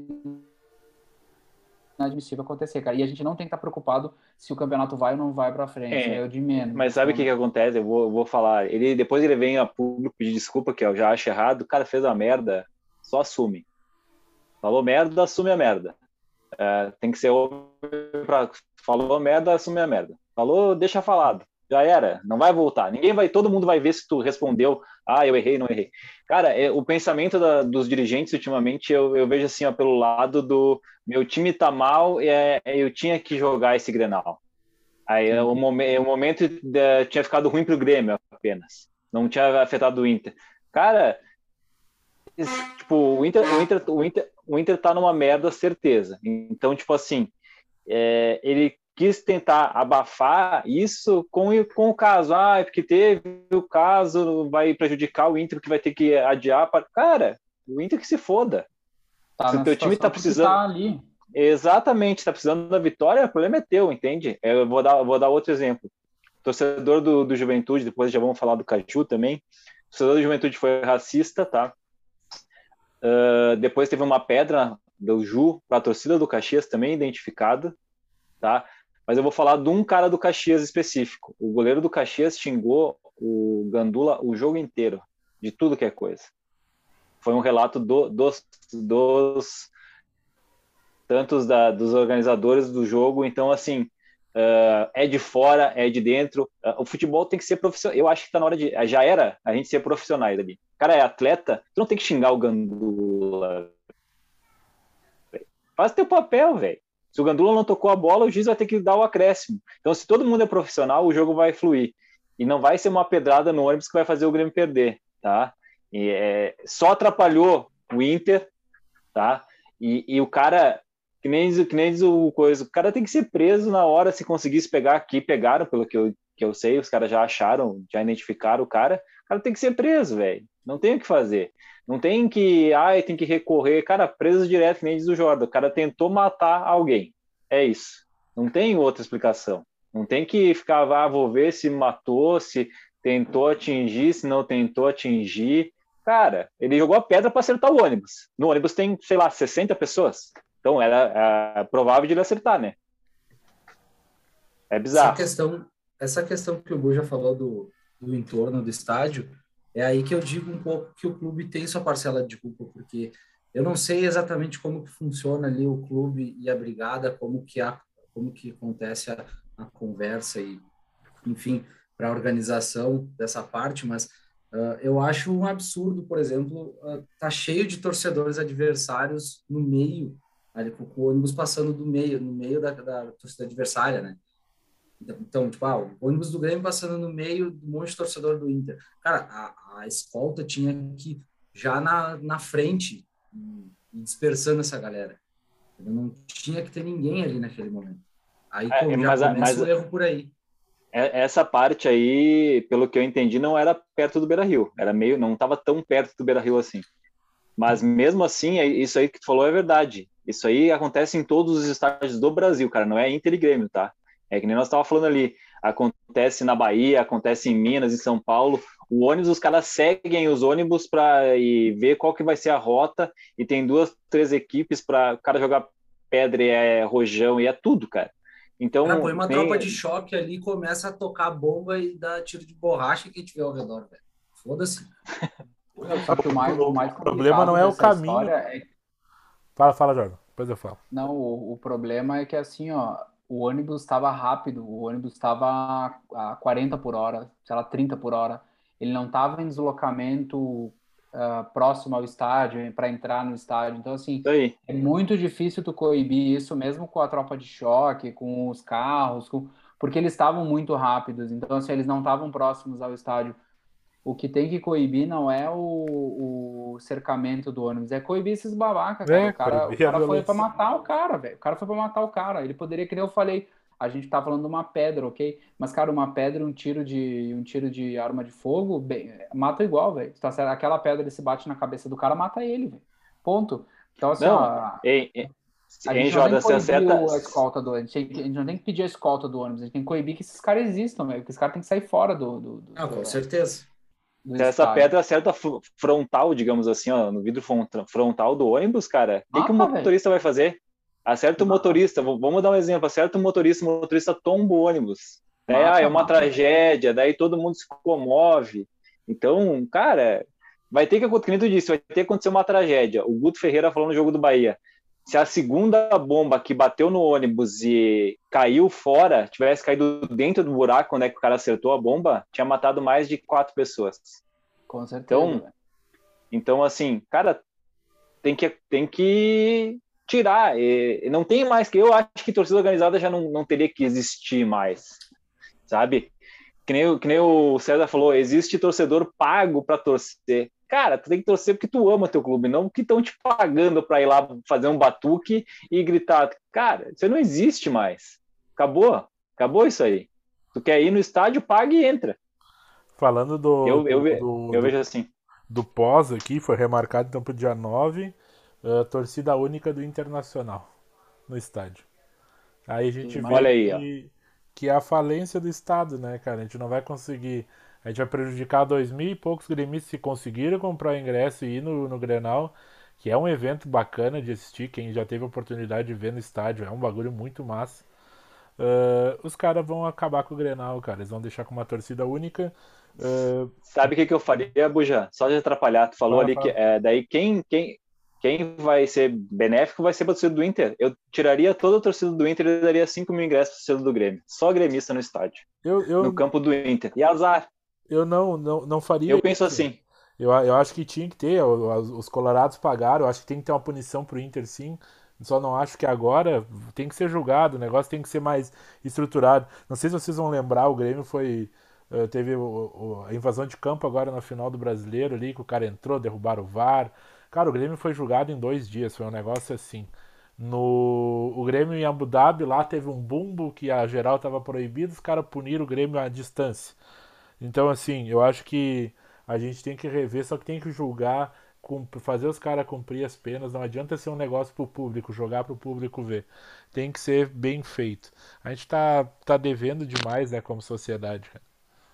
inadmissível acontecer, cara. E a gente não tem que estar preocupado se o campeonato vai ou não vai pra frente, é, é o de menos. Mas sabe o que que acontece? Eu vou, eu vou falar. Ele, depois ele vem a público pedir desculpa, que eu já acho errado. O cara fez uma merda, só assume. Falou merda, assume a merda. É, tem que ser pra... Falou merda, assume a merda. Falou, deixa falado. Já era, não vai voltar. Ninguém vai, todo mundo vai ver se tu respondeu, ah, eu errei, não errei. Cara, é, o pensamento da, dos dirigentes ultimamente, eu, eu vejo assim, ó, pelo lado do meu time tá mal, é, eu tinha que jogar esse Grenal. Aí o, momen, o momento de, tinha ficado ruim pro Grêmio apenas, não tinha afetado o Inter. Cara, tipo, o Inter, o Inter, o Inter, o Inter tá numa merda, certeza. Então, tipo assim, é, ele quis tentar abafar isso com, com o caso. Ah, é porque teve o caso, vai prejudicar o Inter, que vai ter que adiar. Para... Cara, o Inter que se foda. Tá, se o teu time tá precisando... Tá ali. Exatamente, tá precisando da vitória, o problema é teu, entende? Eu vou dar, vou dar outro exemplo. Torcedor do, do Juventude, depois já vamos falar do Caju também. O torcedor do Juventude foi racista, tá? Uh, depois teve uma pedra do Ju para a torcida do Caxias também identificada, tá? Mas eu vou falar de um cara do Caxias específico. O goleiro do Caxias xingou o Gandula o jogo inteiro, de tudo que é coisa. Foi um relato do, dos, dos tantos da, dos organizadores do jogo. Então, assim, uh, é de fora, é de dentro. Uh, o futebol tem que ser profissional. Eu acho que está na hora de... Já era a gente ser profissionais ali. O cara é atleta, tu não tem que xingar o Gandula. Faz teu papel, velho. Se o Gandula não tocou a bola, o juiz vai ter que dar o acréscimo. Então, se todo mundo é profissional, o jogo vai fluir. E não vai ser uma pedrada no ônibus que vai fazer o Grêmio perder, tá? E, é, só atrapalhou o Inter, tá? E, e o cara, que nem, diz, que nem diz o coisa, o cara tem que ser preso na hora, se conseguisse pegar aqui, pegaram, pelo que eu, que eu sei, os caras já acharam, já identificaram o cara, o cara tem que ser preso, velho. Não tem o que fazer. Não tem que, ai, tem que recorrer. Cara, preso direto, nem diz o Jordan. O cara tentou matar alguém. É isso. Não tem outra explicação. Não tem que ficar, ah, vou ver se matou, se tentou atingir, se não tentou atingir. Cara, ele jogou a pedra para acertar o ônibus. No ônibus tem, sei lá, sessenta pessoas. Então era é, provável de ele acertar, né? É bizarro. Essa questão, essa questão que o Bu já falou do, do entorno do estádio, é aí que eu digo um pouco que o clube tem sua parcela de culpa, porque eu não sei exatamente como que funciona ali o clube e a brigada, como que, há, como que acontece a, a conversa e, enfim, para a organização dessa parte, mas uh, eu acho um absurdo, por exemplo, uh, tá cheio de torcedores adversários no meio, ali, com o ônibus passando do meio, no meio da, da torcida adversária, né? Então, tipo, ah, o ônibus do Grêmio passando no meio de um monte de torcedor do Inter. Cara, a, a escolta tinha que já na, na frente e dispersando essa galera. Não tinha que ter ninguém ali naquele momento. Aí é, já mas, começa mas, o erro por aí. Essa parte aí, pelo que eu entendi, não era perto do Beira-Rio. Era meio, não estava tão perto do Beira-Rio assim. Mas mesmo assim, isso aí que tu falou é verdade. Isso aí acontece em todos os estádios do Brasil, cara. Não é Inter e Grêmio, tá? É que nem nós estávamos falando ali, acontece na Bahia, acontece em Minas, em São Paulo. O ônibus, os caras seguem os ônibus para ver qual que vai ser a rota e tem duas, três equipes para o cara jogar pedra, e é rojão, e é tudo, cara. Então, Cara, põe uma nem- tropa de choque ali, começa a tocar bomba e dá tiro de borracha quem tiver ao redor, velho. Foda-se. Só que o mais, o mais O problema não é o complicado dessa caminho. história é Fala, fala, Jordan. Depois eu falo. Não, o, o problema é que assim, ó, o ônibus estava rápido, o ônibus estava a, a quarenta por hora, sei lá, trinta por hora. Ele não estava em deslocamento ah, próximo ao estádio, para entrar no estádio. Então, assim, isso aí. é muito difícil tu coibir isso, mesmo com a tropa de choque, com os carros, com... porque eles estavam muito rápidos. Então, assim, eles não estavam próximos ao estádio. O que tem que coibir não é o, o cercamento do ônibus, é coibir esses babaca, cara. É, O cara, o coibir a cara foi pra violência. matar o cara, velho. O cara foi pra matar o cara. Ele poderia, que nem eu falei, a gente tá falando de uma pedra, ok? Mas, cara, uma pedra e um tiro de, um tiro de arma de fogo, bem, mata igual, velho. Tá certo? Aquela pedra, ele se bate na cabeça do cara, mata ele, velho. Ponto. Então, assim, Não, ó, em, em, a em gente não tem Jordan, que se coibir acerta. o- a escolta do ônibus. A gente, tem que- a gente não tem que pedir a escolta do ônibus. A gente tem que coibir que esses caras existam, velho. Que esses caras têm que sair fora do, do, do, Ah, com do- certeza. do Se essa estádio. pedra acerta fr- frontal, digamos assim, ó, no vidro fronta- frontal do ônibus, cara, o que, que o Mata, motorista vai fazer? Acerta o Mata. motorista, v- vamos dar um exemplo, acerta o motorista, o motorista tomba o ônibus. Daí, Mata, ah, é uma mata. tragédia, daí todo mundo se comove. Então, cara, vai ter que acontecer, como tu disse, vai ter que acontecer uma tragédia. O Guto Ferreira falou no jogo do Bahia. Se a segunda bomba que bateu no ônibus e caiu fora, tivesse caído dentro do buraco onde é que o cara acertou a bomba, tinha matado mais de quatro pessoas. Com certeza. Então, velho. Então, assim, cara, tem que, tem que tirar. E não tem mais que. Eu acho que torcida organizada já não, não teria que existir mais, sabe? Que nem, o- que nem o César falou, existe torcedor pago para torcer. Cara, tu tem que torcer porque tu ama teu clube, não que estão te pagando para ir lá fazer um batuque e gritar. Cara, isso não existe mais. Acabou. Acabou isso aí. Tu quer ir no estádio, paga e entra. Falando do, Eu, eu, do, ve- do, eu do- vejo assim. do pós aqui, foi remarcado então para o dia nove, uh, torcida única do Internacional no estádio. Aí a gente vê Olha aí, ó. que, que é a falência do Estado, né, cara? A gente não vai conseguir. A gente vai prejudicar dois mil e poucos gremistas que conseguiram comprar o ingresso e ir no, no Grenal, que é um evento bacana de assistir. Quem já teve a oportunidade de ver no estádio, é um bagulho muito massa. Uh, os caras vão acabar com o Grenal, cara. Eles vão deixar com uma torcida única. Uh, Sabe o que, que eu faria, Buja? Só de atrapalhar. Tu falou Fala, ali fala. que é, daí quem, quem, quem vai ser benéfico vai ser para a torcida do Inter. Eu tiraria toda a torcida do Inter e daria cinco mil ingressos para a torcida do Grêmio. Só gremista no estádio, eu, eu, no campo do Inter. E azar. eu não, não, não faria Eu penso isso. assim. Eu, eu acho que tinha que ter, o- os os colorados pagaram, eu acho que tem que ter uma punição pro Inter, sim. Só não acho que agora tem que ser julgado, o negócio tem que ser mais estruturado. Não sei se vocês vão lembrar, o Grêmio foi. eh, teve o- o- a invasão de campo agora na final do Brasileiro ali, que o cara entrou, derrubaram o V A R. Cara, o Grêmio foi julgado em dois dias, foi um negócio assim. No, o Grêmio em Abu Dhabi, lá teve um bumbo que a geral estava proibido, os caras puniram o Grêmio à distância. Então, assim, eu acho que a gente tem que rever, só que tem que julgar, cum- fazer os caras cumprir as penas. Não adianta ser um negócio pro público, jogar pro público ver. Tem que ser bem feito. A gente tá, tá devendo demais, né, como sociedade, cara.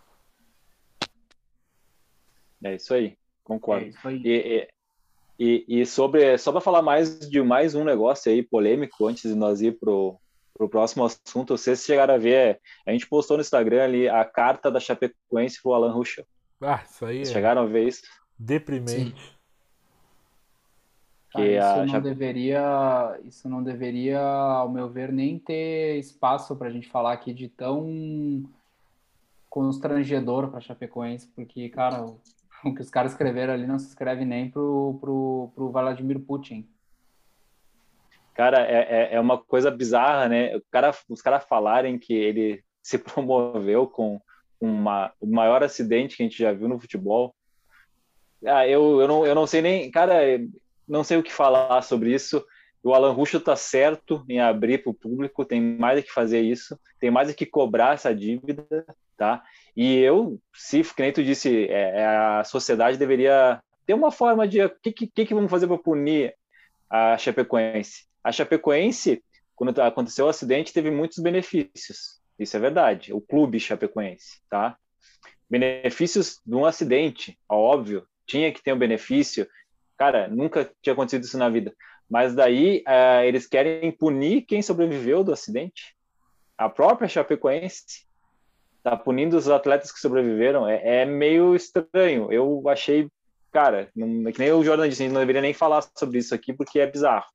É isso aí. É Concordo. isso aí. E, e, e sobre, só para falar mais de mais um negócio aí polêmico, antes de nós ir pro, pro próximo assunto, vocês chegaram a ver, a gente postou no Instagram ali a carta da Chapecoense pro Alan Ruschel. Ah, isso aí Vocês é chegaram a ver isso? deprimente. Cara, Que isso a não Chape- deveria, isso não deveria, ao meu ver, nem ter espaço para a gente falar aqui de tão constrangedor para Chapecoense, porque, cara, o, o que os caras escreveram ali não se escreve nem pro, pro, pro Vladimir Putin. Cara, é, é, é uma coisa bizarra, né? O cara, os caras falarem que ele se promoveu com uma, o maior acidente que a gente já viu no futebol. Ah, eu, eu, não, eu não sei nem, cara, não sei o que falar sobre isso. O Alan Ruschel tá certo em abrir para o público, tem mais é que fazer isso, tem mais é que cobrar essa dívida, tá? E eu, se, que nem tu disse, é, é, a sociedade deveria ter uma forma de, o que, que, que vamos fazer para punir a Chapecoense? A Chapecoense, quando aconteceu o acidente, teve muitos benefícios, isso é verdade, o clube Chapecoense, tá? Benefícios de um acidente, óbvio, tinha que ter um benefício. Cara, nunca tinha acontecido isso na vida. Mas daí uh, eles querem punir quem sobreviveu do acidente. A própria Chapecoense tá punindo os atletas que sobreviveram. É, é meio estranho. Eu achei, cara, não, que nem o Jordan disse, a gente não deveria nem falar sobre isso aqui porque é bizarro.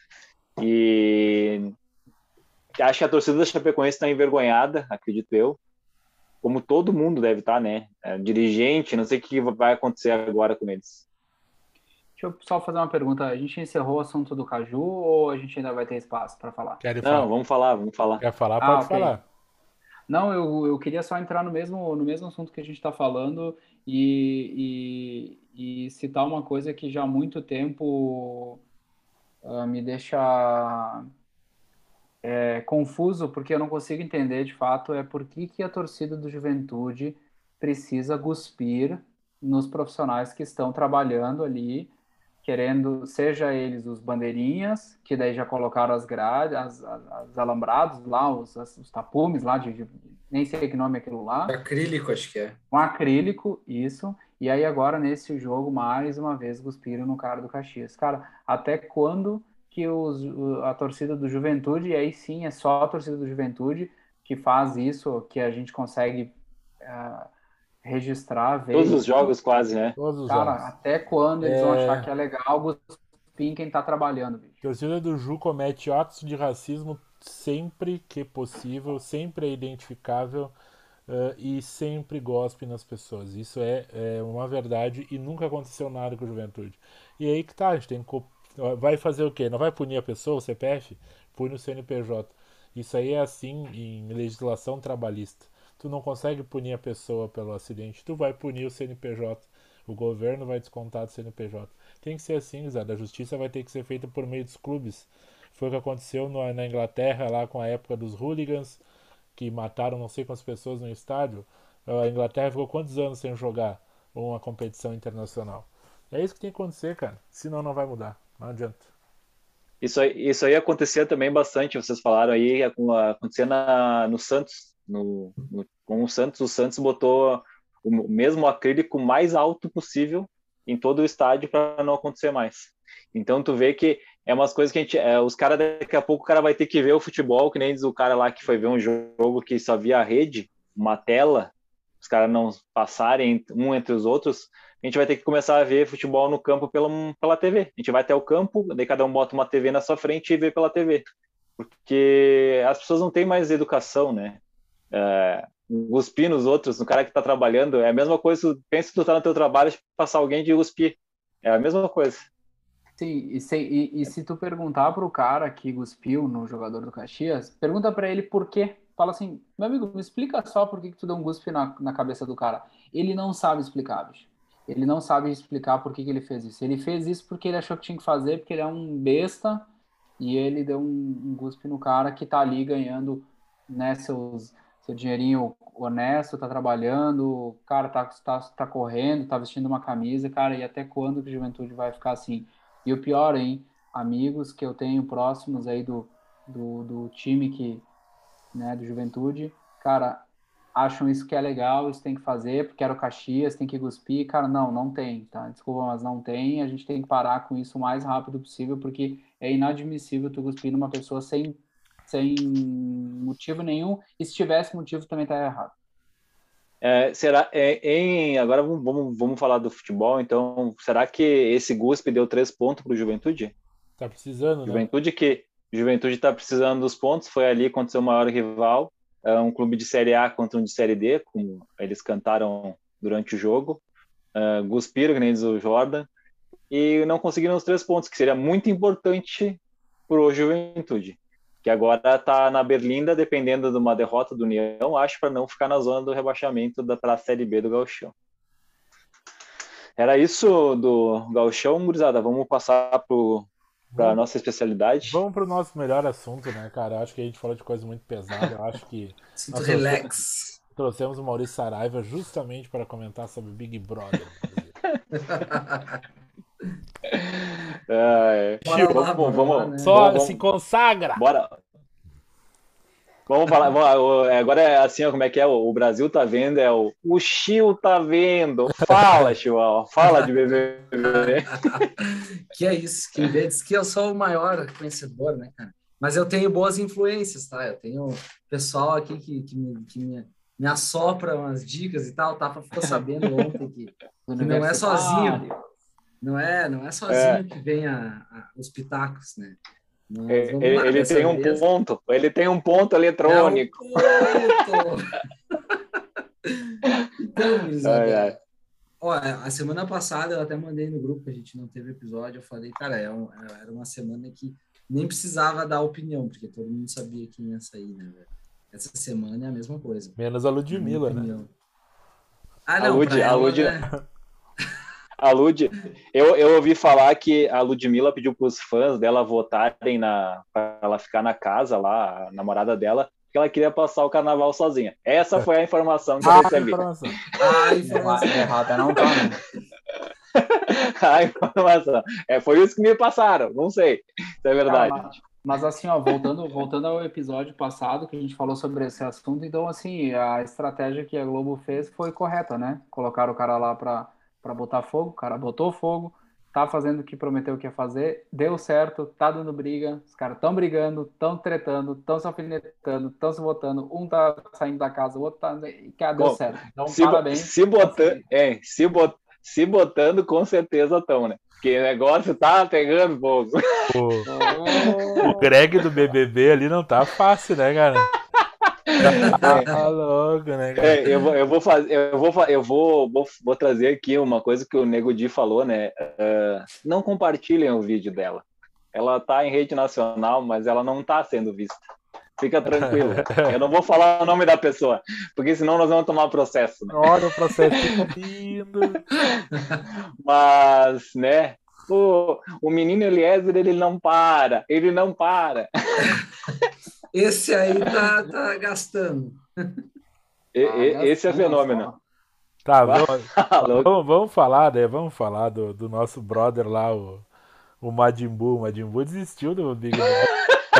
E acho que a torcida da Chapecoense está envergonhada, acredito eu, como todo mundo deve estar, né? É, dirigente, não sei o que vai acontecer agora com eles. Deixa eu só fazer uma pergunta. A gente encerrou o assunto do Caju ou a gente ainda vai ter espaço para falar? Querem Não, falar? vamos falar, vamos falar. Quer falar? Ah, Pode ok. falar. Não, eu, eu queria só entrar no mesmo, no mesmo assunto que a gente está falando e, e, e citar uma coisa que já há muito tempo uh, me deixa é, confuso, porque eu não consigo entender de fato é por que, que a torcida do Juventude precisa cuspir nos profissionais que estão trabalhando ali, querendo, seja eles os bandeirinhas, que daí já colocaram as grades, as, as, as alambrados lá, os, os tapumes lá, de, de, nem sei que nome é aquilo lá. Acrílico, acho que é. Um acrílico, isso. E aí agora, nesse jogo, mais uma vez, cuspiram no cara do Caxias. Cara, até quando que os, a torcida do Juventude, e aí sim, é só a torcida do Juventude que faz isso, que a gente consegue uh, registrar, ver. Todos os jogos quase, né? Todos os Cara, jogos. até quando eles É... vão achar que é legal cuspir em quem tá trabalhando, bicho? A torcida do Ju comete atos de racismo sempre que possível, sempre é identificável uh, e sempre gospe nas pessoas. Isso é, é uma verdade e nunca aconteceu nada com a Juventude. E aí que tá, a gente tem que... Vai fazer o quê? Não vai punir a pessoa, o C P F? Pune o C N P J. Isso aí é assim em legislação trabalhista. Tu não consegue punir a pessoa pelo acidente, tu vai punir o C N P J. O governo vai descontar do C N P J. Tem que ser assim, Zé. A justiça vai ter que ser feita por meio dos clubes. Foi o que aconteceu no, na Inglaterra, lá com a época dos hooligans, que mataram não sei quantas pessoas no estádio. A Inglaterra ficou quantos anos sem jogar uma competição internacional? É isso que tem que acontecer, cara. Senão não vai mudar. Não adianta. Isso aí, isso aí acontecia também bastante, vocês falaram aí, acontecia na, no Santos. No, no, com o Santos, o Santos botou o mesmo acrílico mais alto possível em todo o estádio para não acontecer mais. Então tu vê que é umas coisas que a gente, é, os caras daqui a pouco o cara vai ter que ver o futebol, que nem diz o cara lá que foi ver um jogo que só via a rede, uma tela, os caras não passarem um entre os outros, a gente vai ter que começar a ver futebol no campo pela, pela T V. A gente vai até o campo, daí cada um bota uma T V na sua frente e vê pela T V. Porque as pessoas não têm mais educação, né? É, cuspir nos outros, no cara que tá trabalhando, é a mesma coisa, pensa que tu tá no teu trabalho e passar alguém de cuspir. É a mesma coisa. Sim, e se, e, e se tu perguntar pro cara que cuspiu no jogador do Caxias, pergunta pra ele por quê. Fala assim, meu amigo, me explica só por que, que tu deu um cuspe na, na cabeça do cara. Ele não sabe explicar, bicho. Ele não sabe explicar por que, que ele fez isso. Ele fez isso porque ele achou que tinha que fazer, porque ele é um besta, e ele deu um, um cuspe no cara que tá ali ganhando, né, seus, seu dinheirinho honesto, tá trabalhando, o cara tá, tá, tá correndo, tá vestindo uma camisa, cara, e até quando que a Juventude vai ficar assim? E o pior, hein, amigos que eu tenho próximos aí do, do, do time que, né, do Juventude, cara, acham isso que é legal, isso tem que fazer, porque era o Caxias, tem que cuspir, cara, não, não tem, tá? Desculpa, mas não tem, a gente tem que parar com isso o mais rápido possível, porque é inadmissível tu cuspir numa pessoa sem, sem motivo nenhum, e se tivesse motivo também tá errado. É, será, é, em, agora vamos, vamos, vamos falar do futebol, então, será que esse Guspe deu três pontos pro Juventude? Tá precisando, né? Juventude que Juventude tá precisando dos pontos, foi ali contra o seu maior rival, é um clube de Série A contra um de Série D, como eles cantaram durante o jogo, uh, cuspiram, que nem diz o Jordan, e não conseguiram os três pontos, que seria muito importante pro Juventude, que agora está na Berlinda, dependendo de uma derrota do União, acho, para não ficar na zona do rebaixamento da para a Série B do Gauchão. Era isso do Gauchão, gurizada. Vamos passar para a nossa especialidade. Vamos para o nosso melhor assunto, né, cara? Acho que a gente falou de coisa muito pesada. Eu acho que Sinto relax. Trouxemos o Maurício Saraiva justamente para comentar sobre Big Brother. É, Bora lá, vamos, bora vamos, lá, né? Só vamos, se consagra! Bora. Vamos falar, vamos, agora é assim, ó, como é que é? O Brasil tá vendo, é o, o Chiu tá vendo. Fala, Chihuahua, fala de B B B. Que é isso, quem vê diz que eu sou o maior conhecedor, né, cara? Mas eu tenho boas influências, tá? Eu tenho pessoal aqui que, que, me, que me, me assopra umas dicas e tal. O Tafa ficou sabendo ontem que, que não é sozinho, não é, não é sozinho É. que vem a, a, os pitacos, né? Mas Ele, vamos lá, ele dessa tem um vez. ponto, ele tem um ponto eletrônico. É um ponto. Então, Ai, Isabel, ai. olha, a semana passada eu até mandei no grupo que a gente não teve episódio. Eu falei, cara, é um- era uma semana que nem precisava dar opinião, porque todo mundo sabia quem ia sair, né, velho? Essa semana é a mesma coisa. Menos a Minha Ludmilla, né? opinião. Ah, A não, Lud, pra a ela, Lud, né? a Lud, eu, eu ouvi falar que a Ludmilla pediu para os fãs dela votarem na, para ela ficar na casa lá, a namorada dela, porque ela queria passar o carnaval sozinha. Essa foi a informação que eu Ah, recebi. informação. Ah, informação. Errada não tá, né? A informação. É, foi isso que me passaram, não sei se é verdade. Cara, mas, mas assim, ó, voltando, voltando ao episódio passado que a gente falou sobre esse assunto, então assim, a estratégia que a Globo fez foi correta, né? Colocaram o cara lá pra, pra botar fogo, o cara botou fogo, tá fazendo o que prometeu que ia fazer, deu certo, tá dando briga, os caras tão brigando, tão tretando, tão se alfinetando, tão se votando, um tá saindo da casa, o outro tá... e, cara, deu Bom, certo. Então, se, bo- parabéns. se, botando, é, se, bot, se botando, com certeza estão, né? Porque o negócio tá pegando fogo. O, Oh, o Greg do B B B ali não tá fácil, né, cara? Tá louco, né, cara? É, eu vou, eu vou fazer, eu vou, fa- eu vou, vou, vou trazer aqui uma coisa que o Nego Di falou, né? Ah, não compartilhem o vídeo dela. Ela tá em rede nacional, mas ela não tá sendo vista. Fica tranquilo. Eu não vou falar o nome da pessoa, porque senão nós vamos tomar processo, né? Olha o processo vindo. Mas, né? O, o menino Eliezer, ele não para, ele não para. Esse aí tá, tá gastando. E- ah, e- esse é gastando fenômeno. só. Tá, vamos, Falou. vamos, vamos falar, né? Vamos falar do, do nosso brother lá, o, o Majin Buu. O Majin Buu desistiu do Big Brother.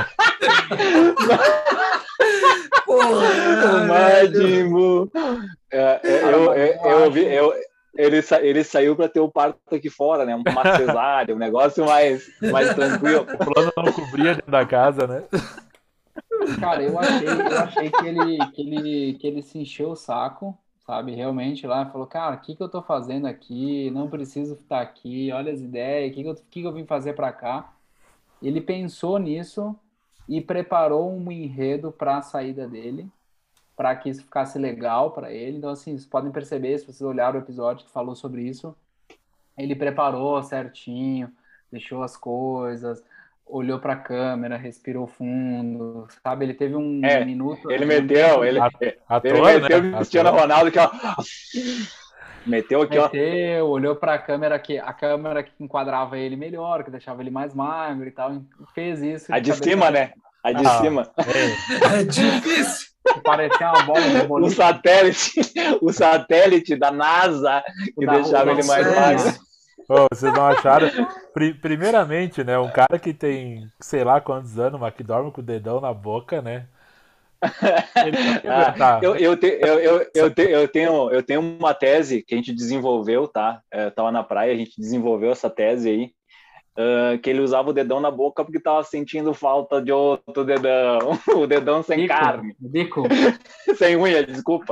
Porra, O Majin Buu. É, é, Cara, eu, mas eu, eu eu vi, acho- eu, ele, sa- ele saiu para ter o parto aqui fora, né? Uma cesárea, um negócio mais, mais tranquilo. O plano não cobria dentro da casa, né? Cara, eu achei, eu achei que ele, que ele, que ele se encheu o saco, sabe? Realmente lá, falou, cara, o que que eu tô fazendo aqui? Não preciso estar aqui, olha as ideias, o que que eu, que que eu vim fazer pra cá? Ele pensou nisso e preparou um enredo para a saída dele, para que isso ficasse legal para ele. Então, assim, vocês podem perceber, se vocês olharem o episódio que falou sobre isso, ele preparou certinho, deixou as coisas, olhou para a câmera, respirou fundo, sabe? Ele teve um É, minuto. Ele um meteu, tempo- ele, ele Ator, meteu né? o Cristiano Ator. Ronaldo aqui, ó. Meteu aqui, ó. Meteu, olhou para a câmera que a câmera que enquadrava ele melhor, que deixava ele mais magro e tal, e fez isso. A de cabeça- cima, né? A de Ah, cima. é. É difícil. que parecia uma bola de O boliche. satélite, o satélite da NASA que Da- deixava ele mais é magro. isso. Ô, vocês não acharam? Pri- primeiramente, né? Um cara que tem sei lá quantos anos, mas que dorme com o dedão na boca, né? Ele não ia Ah, aguentar. eu, eu, te, eu, eu, eu, te, eu, tenho, eu tenho uma tese que a gente desenvolveu, tá? Eu tava na praia, a gente desenvolveu essa tese aí, ah, que ele usava o dedão na boca porque tava sentindo falta de outro dedão, o dedão sem Bico, carne, bico. sem unha, desculpa.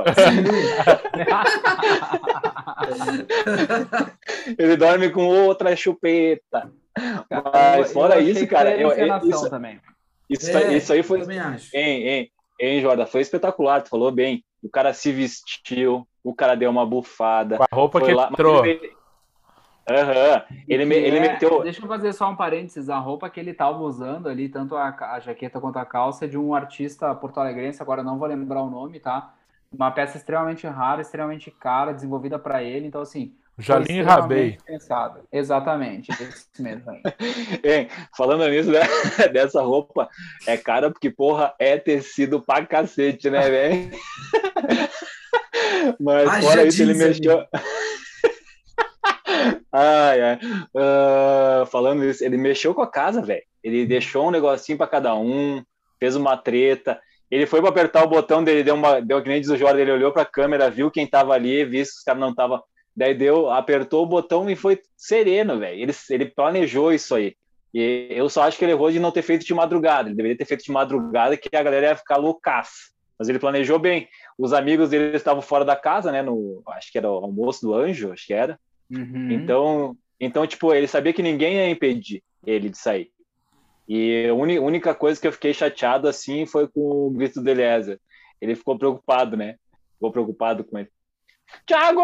Ele dorme com outra chupeta. Mas fora Eu achei isso, que cara, foi eu, encenação isso, também. isso, É, isso aí eu foi. também acho. Hein, hein, hein, Jordan, foi espetacular, tu falou bem. O cara se vestiu, o cara deu uma bufada. Com a roupa Foi que lá, ele entrou. mas ele, Aham, ele, me- Que ele é- meteu. Deixa eu fazer só um parênteses. A roupa que ele estava usando ali, tanto a, ca- a jaqueta quanto a calça, é de um artista porto-alegrense, agora eu não vou lembrar o nome, tá? Uma peça extremamente rara, extremamente cara, desenvolvida para ele. Então, assim, foi Jalim extremamente Rabei. pensado. Exatamente, esse mesmo aí. Hein, falando nisso, né, dessa roupa, é cara porque, porra, é tecido pra cacete, né, velho? Mas Haja fora isso, ele jeans, mexeu. Ai, ai. Ah, falando isso, ele mexeu com a casa, velho. Ele deixou um negocinho pra cada um, fez uma treta. Ele foi para apertar o botão dele, deu uma, deu que nem diz o Jorge, ele olhou para a câmera, viu quem tava ali, viu se os caras não tava, daí deu, apertou o botão e foi sereno, velho. Ele, ele planejou isso aí. E eu só acho que ele errou de não ter feito de madrugada. Ele deveria ter feito de madrugada, que a galera ia ficar loucaça. Mas ele planejou bem. Os amigos dele estavam fora da casa, né? No, acho que era o almoço do Anjo, acho que era. Uhum. Então, então, tipo, ele sabia que ninguém ia impedir ele de sair. E a única coisa que eu fiquei chateado, assim, foi com o grito do Eliezer. Ele ficou preocupado, né? Ficou preocupado com ele. Thiago!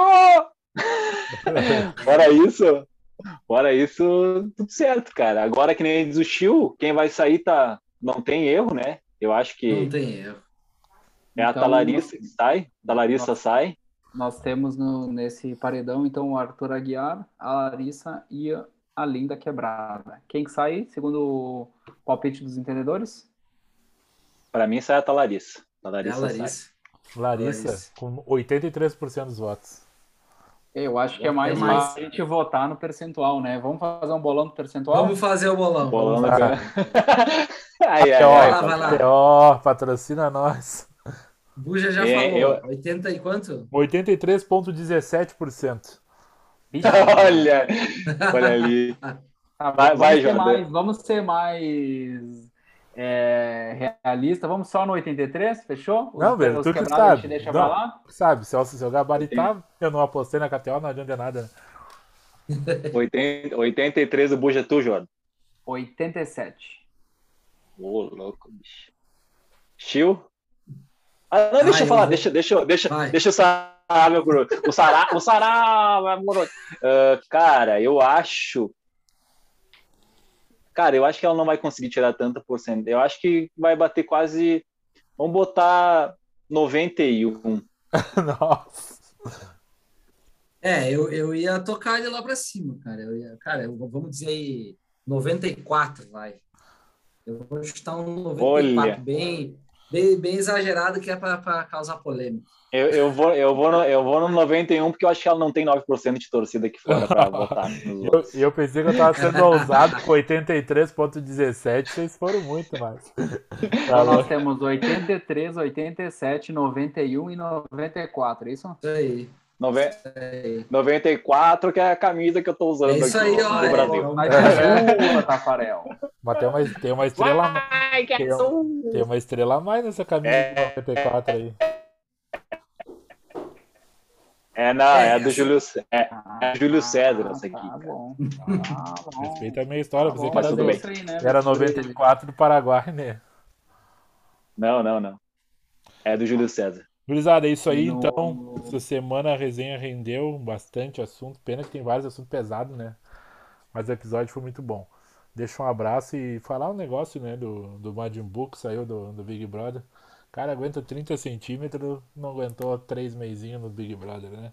Fora isso, fora isso, tudo certo, cara. Agora que nem diz o Chiu, quem vai sair tá... não tem erro, né? Eu acho que Não tem erro. é a Então, Talarissa que sai, Talarissa nós- sai. Nós temos no, nesse paredão, então, o Arthur Aguiar, a Larissa e a Linda Quebrada. Quem que sai, segundo o palpite dos entendedores? Pra mim sai a Talarissa. É Talarissa a sai. Larissa. Larissa, Larissa. com oitenta e três por cento dos votos. Eu acho que é mais É mais. fácil a gente votar no percentual, né? Vamos fazer um bolão do percentual? Vamos fazer o bolão. Bolão vamos da fazer. Ai, ai, Ó, Vai ai, lá, vai lá. papai. Ó, patrocina nós. Buja já É, falou. eu- oitenta e quanto? oitenta e três vírgula dezessete por cento. Vixe, Olha, olha ali. tá, Vai- vamos vai, ser Jordan. mais, vamos ser mais é, realista. Vamos só no oitenta e três, fechou? Os, Não, velho, os tu que quebrados a sabe. gente deixa Não. pra lá? Sabe, se eu, se eu gabaritar, eu não apostei na K T O, não adianta nada. oitenta, oitenta e três o Buja tu, Jordan. oitenta e sete. Ô, louco, bicho. Chiu? Ah, não, deixa Ah, eu eu falar, vou- deixa, deixa, deixa, Vai. deixa o Sará, meu bruto. O Sará, o Sará, meu bruto. Ah, cara, eu acho. Cara, eu acho que ela não vai conseguir tirar tanta porcentagem. Eu acho que vai bater quase. Vamos botar noventa e um. Nossa. É, eu, eu ia tocar ele lá pra cima, cara. Eu ia, cara, eu- vamos dizer aí noventa e quatro, vai. Eu vou chutar um noventa e quatro, Olha. bem, bem, bem exagerado, que é pra, pra causar polêmica. Eu, eu, vou, eu, vou no, eu vou no noventa e um porque eu acho que ela não tem nove por cento de torcida aqui fora pra votar nos E eu, votos. e eu pensei que eu tava sendo ousado com oitenta e três vírgula dezessete, vocês foram muito mais. Tá Então nós louco. temos oitenta e três, oitenta e sete, noventa e um e noventa e quatro, é isso? Isso aí. Nove- Isso aí. noventa e quatro, que é a camisa que eu tô usando É isso aqui aí, no ó. é, Brasil. Vai vamos- ter sua, Tafarel. Mas tem uma, tem uma estrela a mais. Ai, que Tem, azul! tem uma estrela a mais nessa camisa de noventa e quatro aí. É, não, é, É, a do essa- Júlio, é, é a Júlio César, essa aqui. Tá cara. bom. Tá bom. Respeita a minha história, Tá pensei bom, que mas era, tudo do- bem. isso aí, né? era noventa e quatro do Paraguai, né? Não, não, não. É do Júlio César. Gurizada, é isso aí, No- então. Essa semana a resenha rendeu bastante assunto. Pena que tem vários assuntos pesados, né? Mas o episódio foi muito bom. Deixa um abraço e falar um negócio, né? Do, do Majin Buu que saiu do, do Big Brother. O cara aguenta trinta centímetros, não aguentou três meizinhos no Big Brother, né?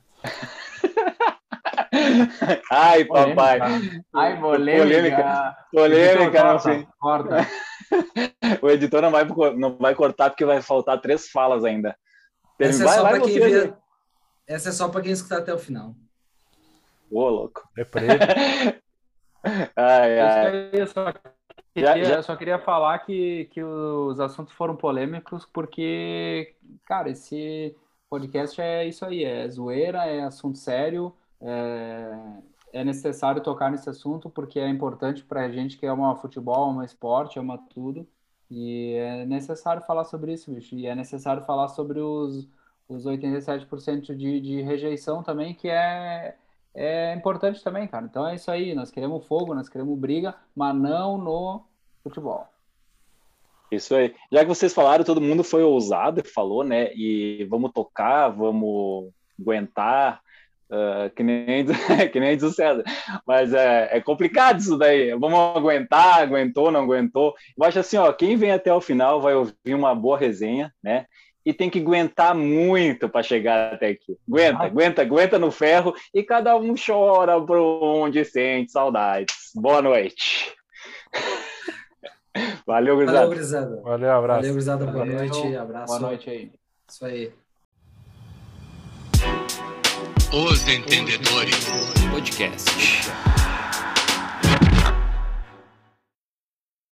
Ai, Polêmica. papai. Ai, polêmica. Polêmica, Editor, não corta, sei. corta. O editor não vai, não vai cortar porque vai faltar três falas ainda. Essa é vai, só vai pra quem você, vê. né? Essa é só pra quem escutar até o final. Ô, louco. É prêmio. Ai, Isso ai. aí, eu só Já- queria, já- eu só queria falar que, que os assuntos foram polêmicos porque, cara, esse podcast é isso aí, é zoeira, é assunto sério, é, é necessário tocar nesse assunto porque é importante pra gente que é uma futebol, é uma esporte, é uma tudo, e é necessário falar sobre isso, bicho, e é necessário falar sobre os, os oitenta e sete por cento de, de rejeição também, que é... É importante também, cara. Então é isso aí. Nós queremos fogo, nós queremos briga, mas não no futebol. Isso aí. Já que vocês falaram, todo mundo foi ousado e falou, né? E vamos tocar, vamos aguentar, ah, que nem, que nem diz o César. Mas é, é complicado isso daí. Vamos aguentar, aguentou, não aguentou. Eu acho assim, ó, quem vem até o final vai ouvir uma boa resenha, né? E tem que aguentar muito para chegar até aqui. Aguenta, aguenta, aguenta no ferro e cada um chora por onde sente saudades. Boa noite. Valeu, Valeu, gurizada. gurizada. Valeu, abraço. Valeu, gurizada. Boa Valeu. noite. Abraço. Boa noite aí. Isso aí. Os Entendedores Podcast.